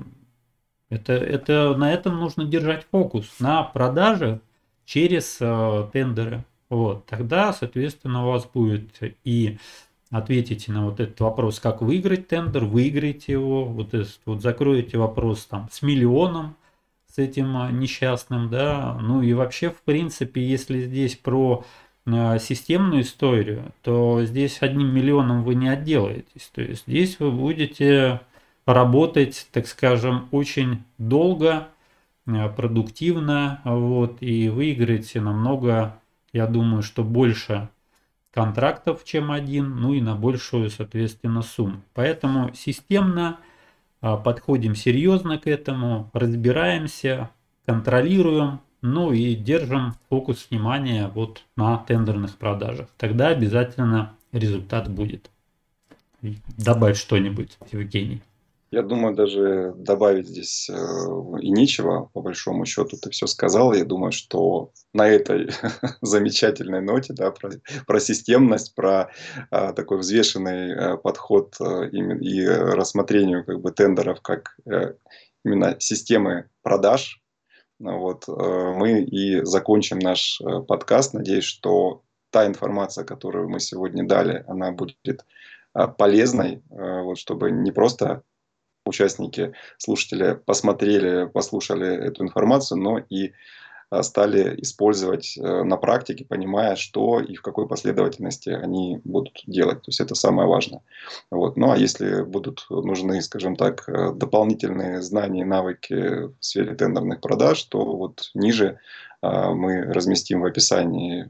на этом нужно держать фокус, на продаже через тендеры. Вот. Тогда, соответственно, у вас будет и ответите на вот этот вопрос, как выиграть тендер, выиграете его, вот, этот, вот закроете вопрос там с миллионом, с этим несчастным, да, ну и вообще, в принципе, если здесь про системную историю, то здесь 1 миллионом вы не отделаетесь. То есть здесь вы будете работать, так скажем, очень долго, продуктивно, вот, и выиграете намного, я думаю, что больше контрактов, чем один, ну и на большую, соответственно, сумму. Поэтому системно подходим серьезно к этому, разбираемся, контролируем, ну и держим фокус внимания вот на тендерных продажах. Тогда обязательно результат будет. Добавь что-нибудь, Евгений. Я думаю, даже добавить здесь и нечего, по большому счету, ты все сказал. Я думаю, что на этой замечательной ноте, да, про системность, про такой взвешенный подход и рассмотрению как бы тендеров как именно системы продаж, ну вот, мы и закончим наш подкаст. Надеюсь, что та информация, которую мы сегодня дали, она будет полезной, вот, чтобы не просто участники, слушатели посмотрели, послушали эту информацию, но и стали использовать на практике, понимая, что и в какой последовательности они будут делать. То есть это самое важное. Вот. Ну а если будут нужны, скажем так, дополнительные знания и навыки в сфере тендерных продаж, то вот ниже мы разместим в описании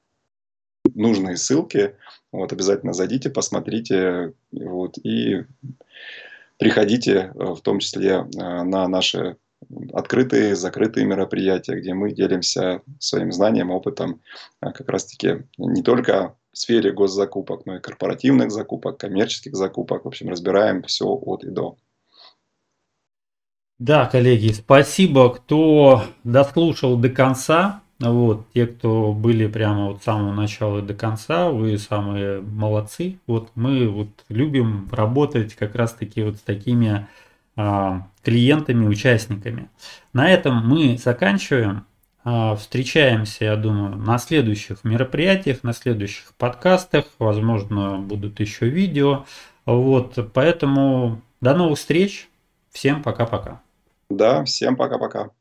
нужные ссылки. Вот, обязательно зайдите, посмотрите. Вот, и приходите, в том числе, на наши открытые, закрытые мероприятия, где мы делимся своим знанием, опытом как раз-таки не только в сфере госзакупок, но и корпоративных закупок, коммерческих закупок. В общем, разбираем все от и до. Да, коллеги, спасибо, кто дослушал до конца. Вот, те, кто были прямо от самого начала до конца, вы самые молодцы. Вот мы вот любим работать как раз-таки вот с такими клиентами, участниками. На этом мы заканчиваем. Встречаемся, я думаю, на следующих мероприятиях, на следующих подкастах. Возможно, будут еще видео. Вот, поэтому до новых встреч. Всем пока-пока. Да, всем пока-пока.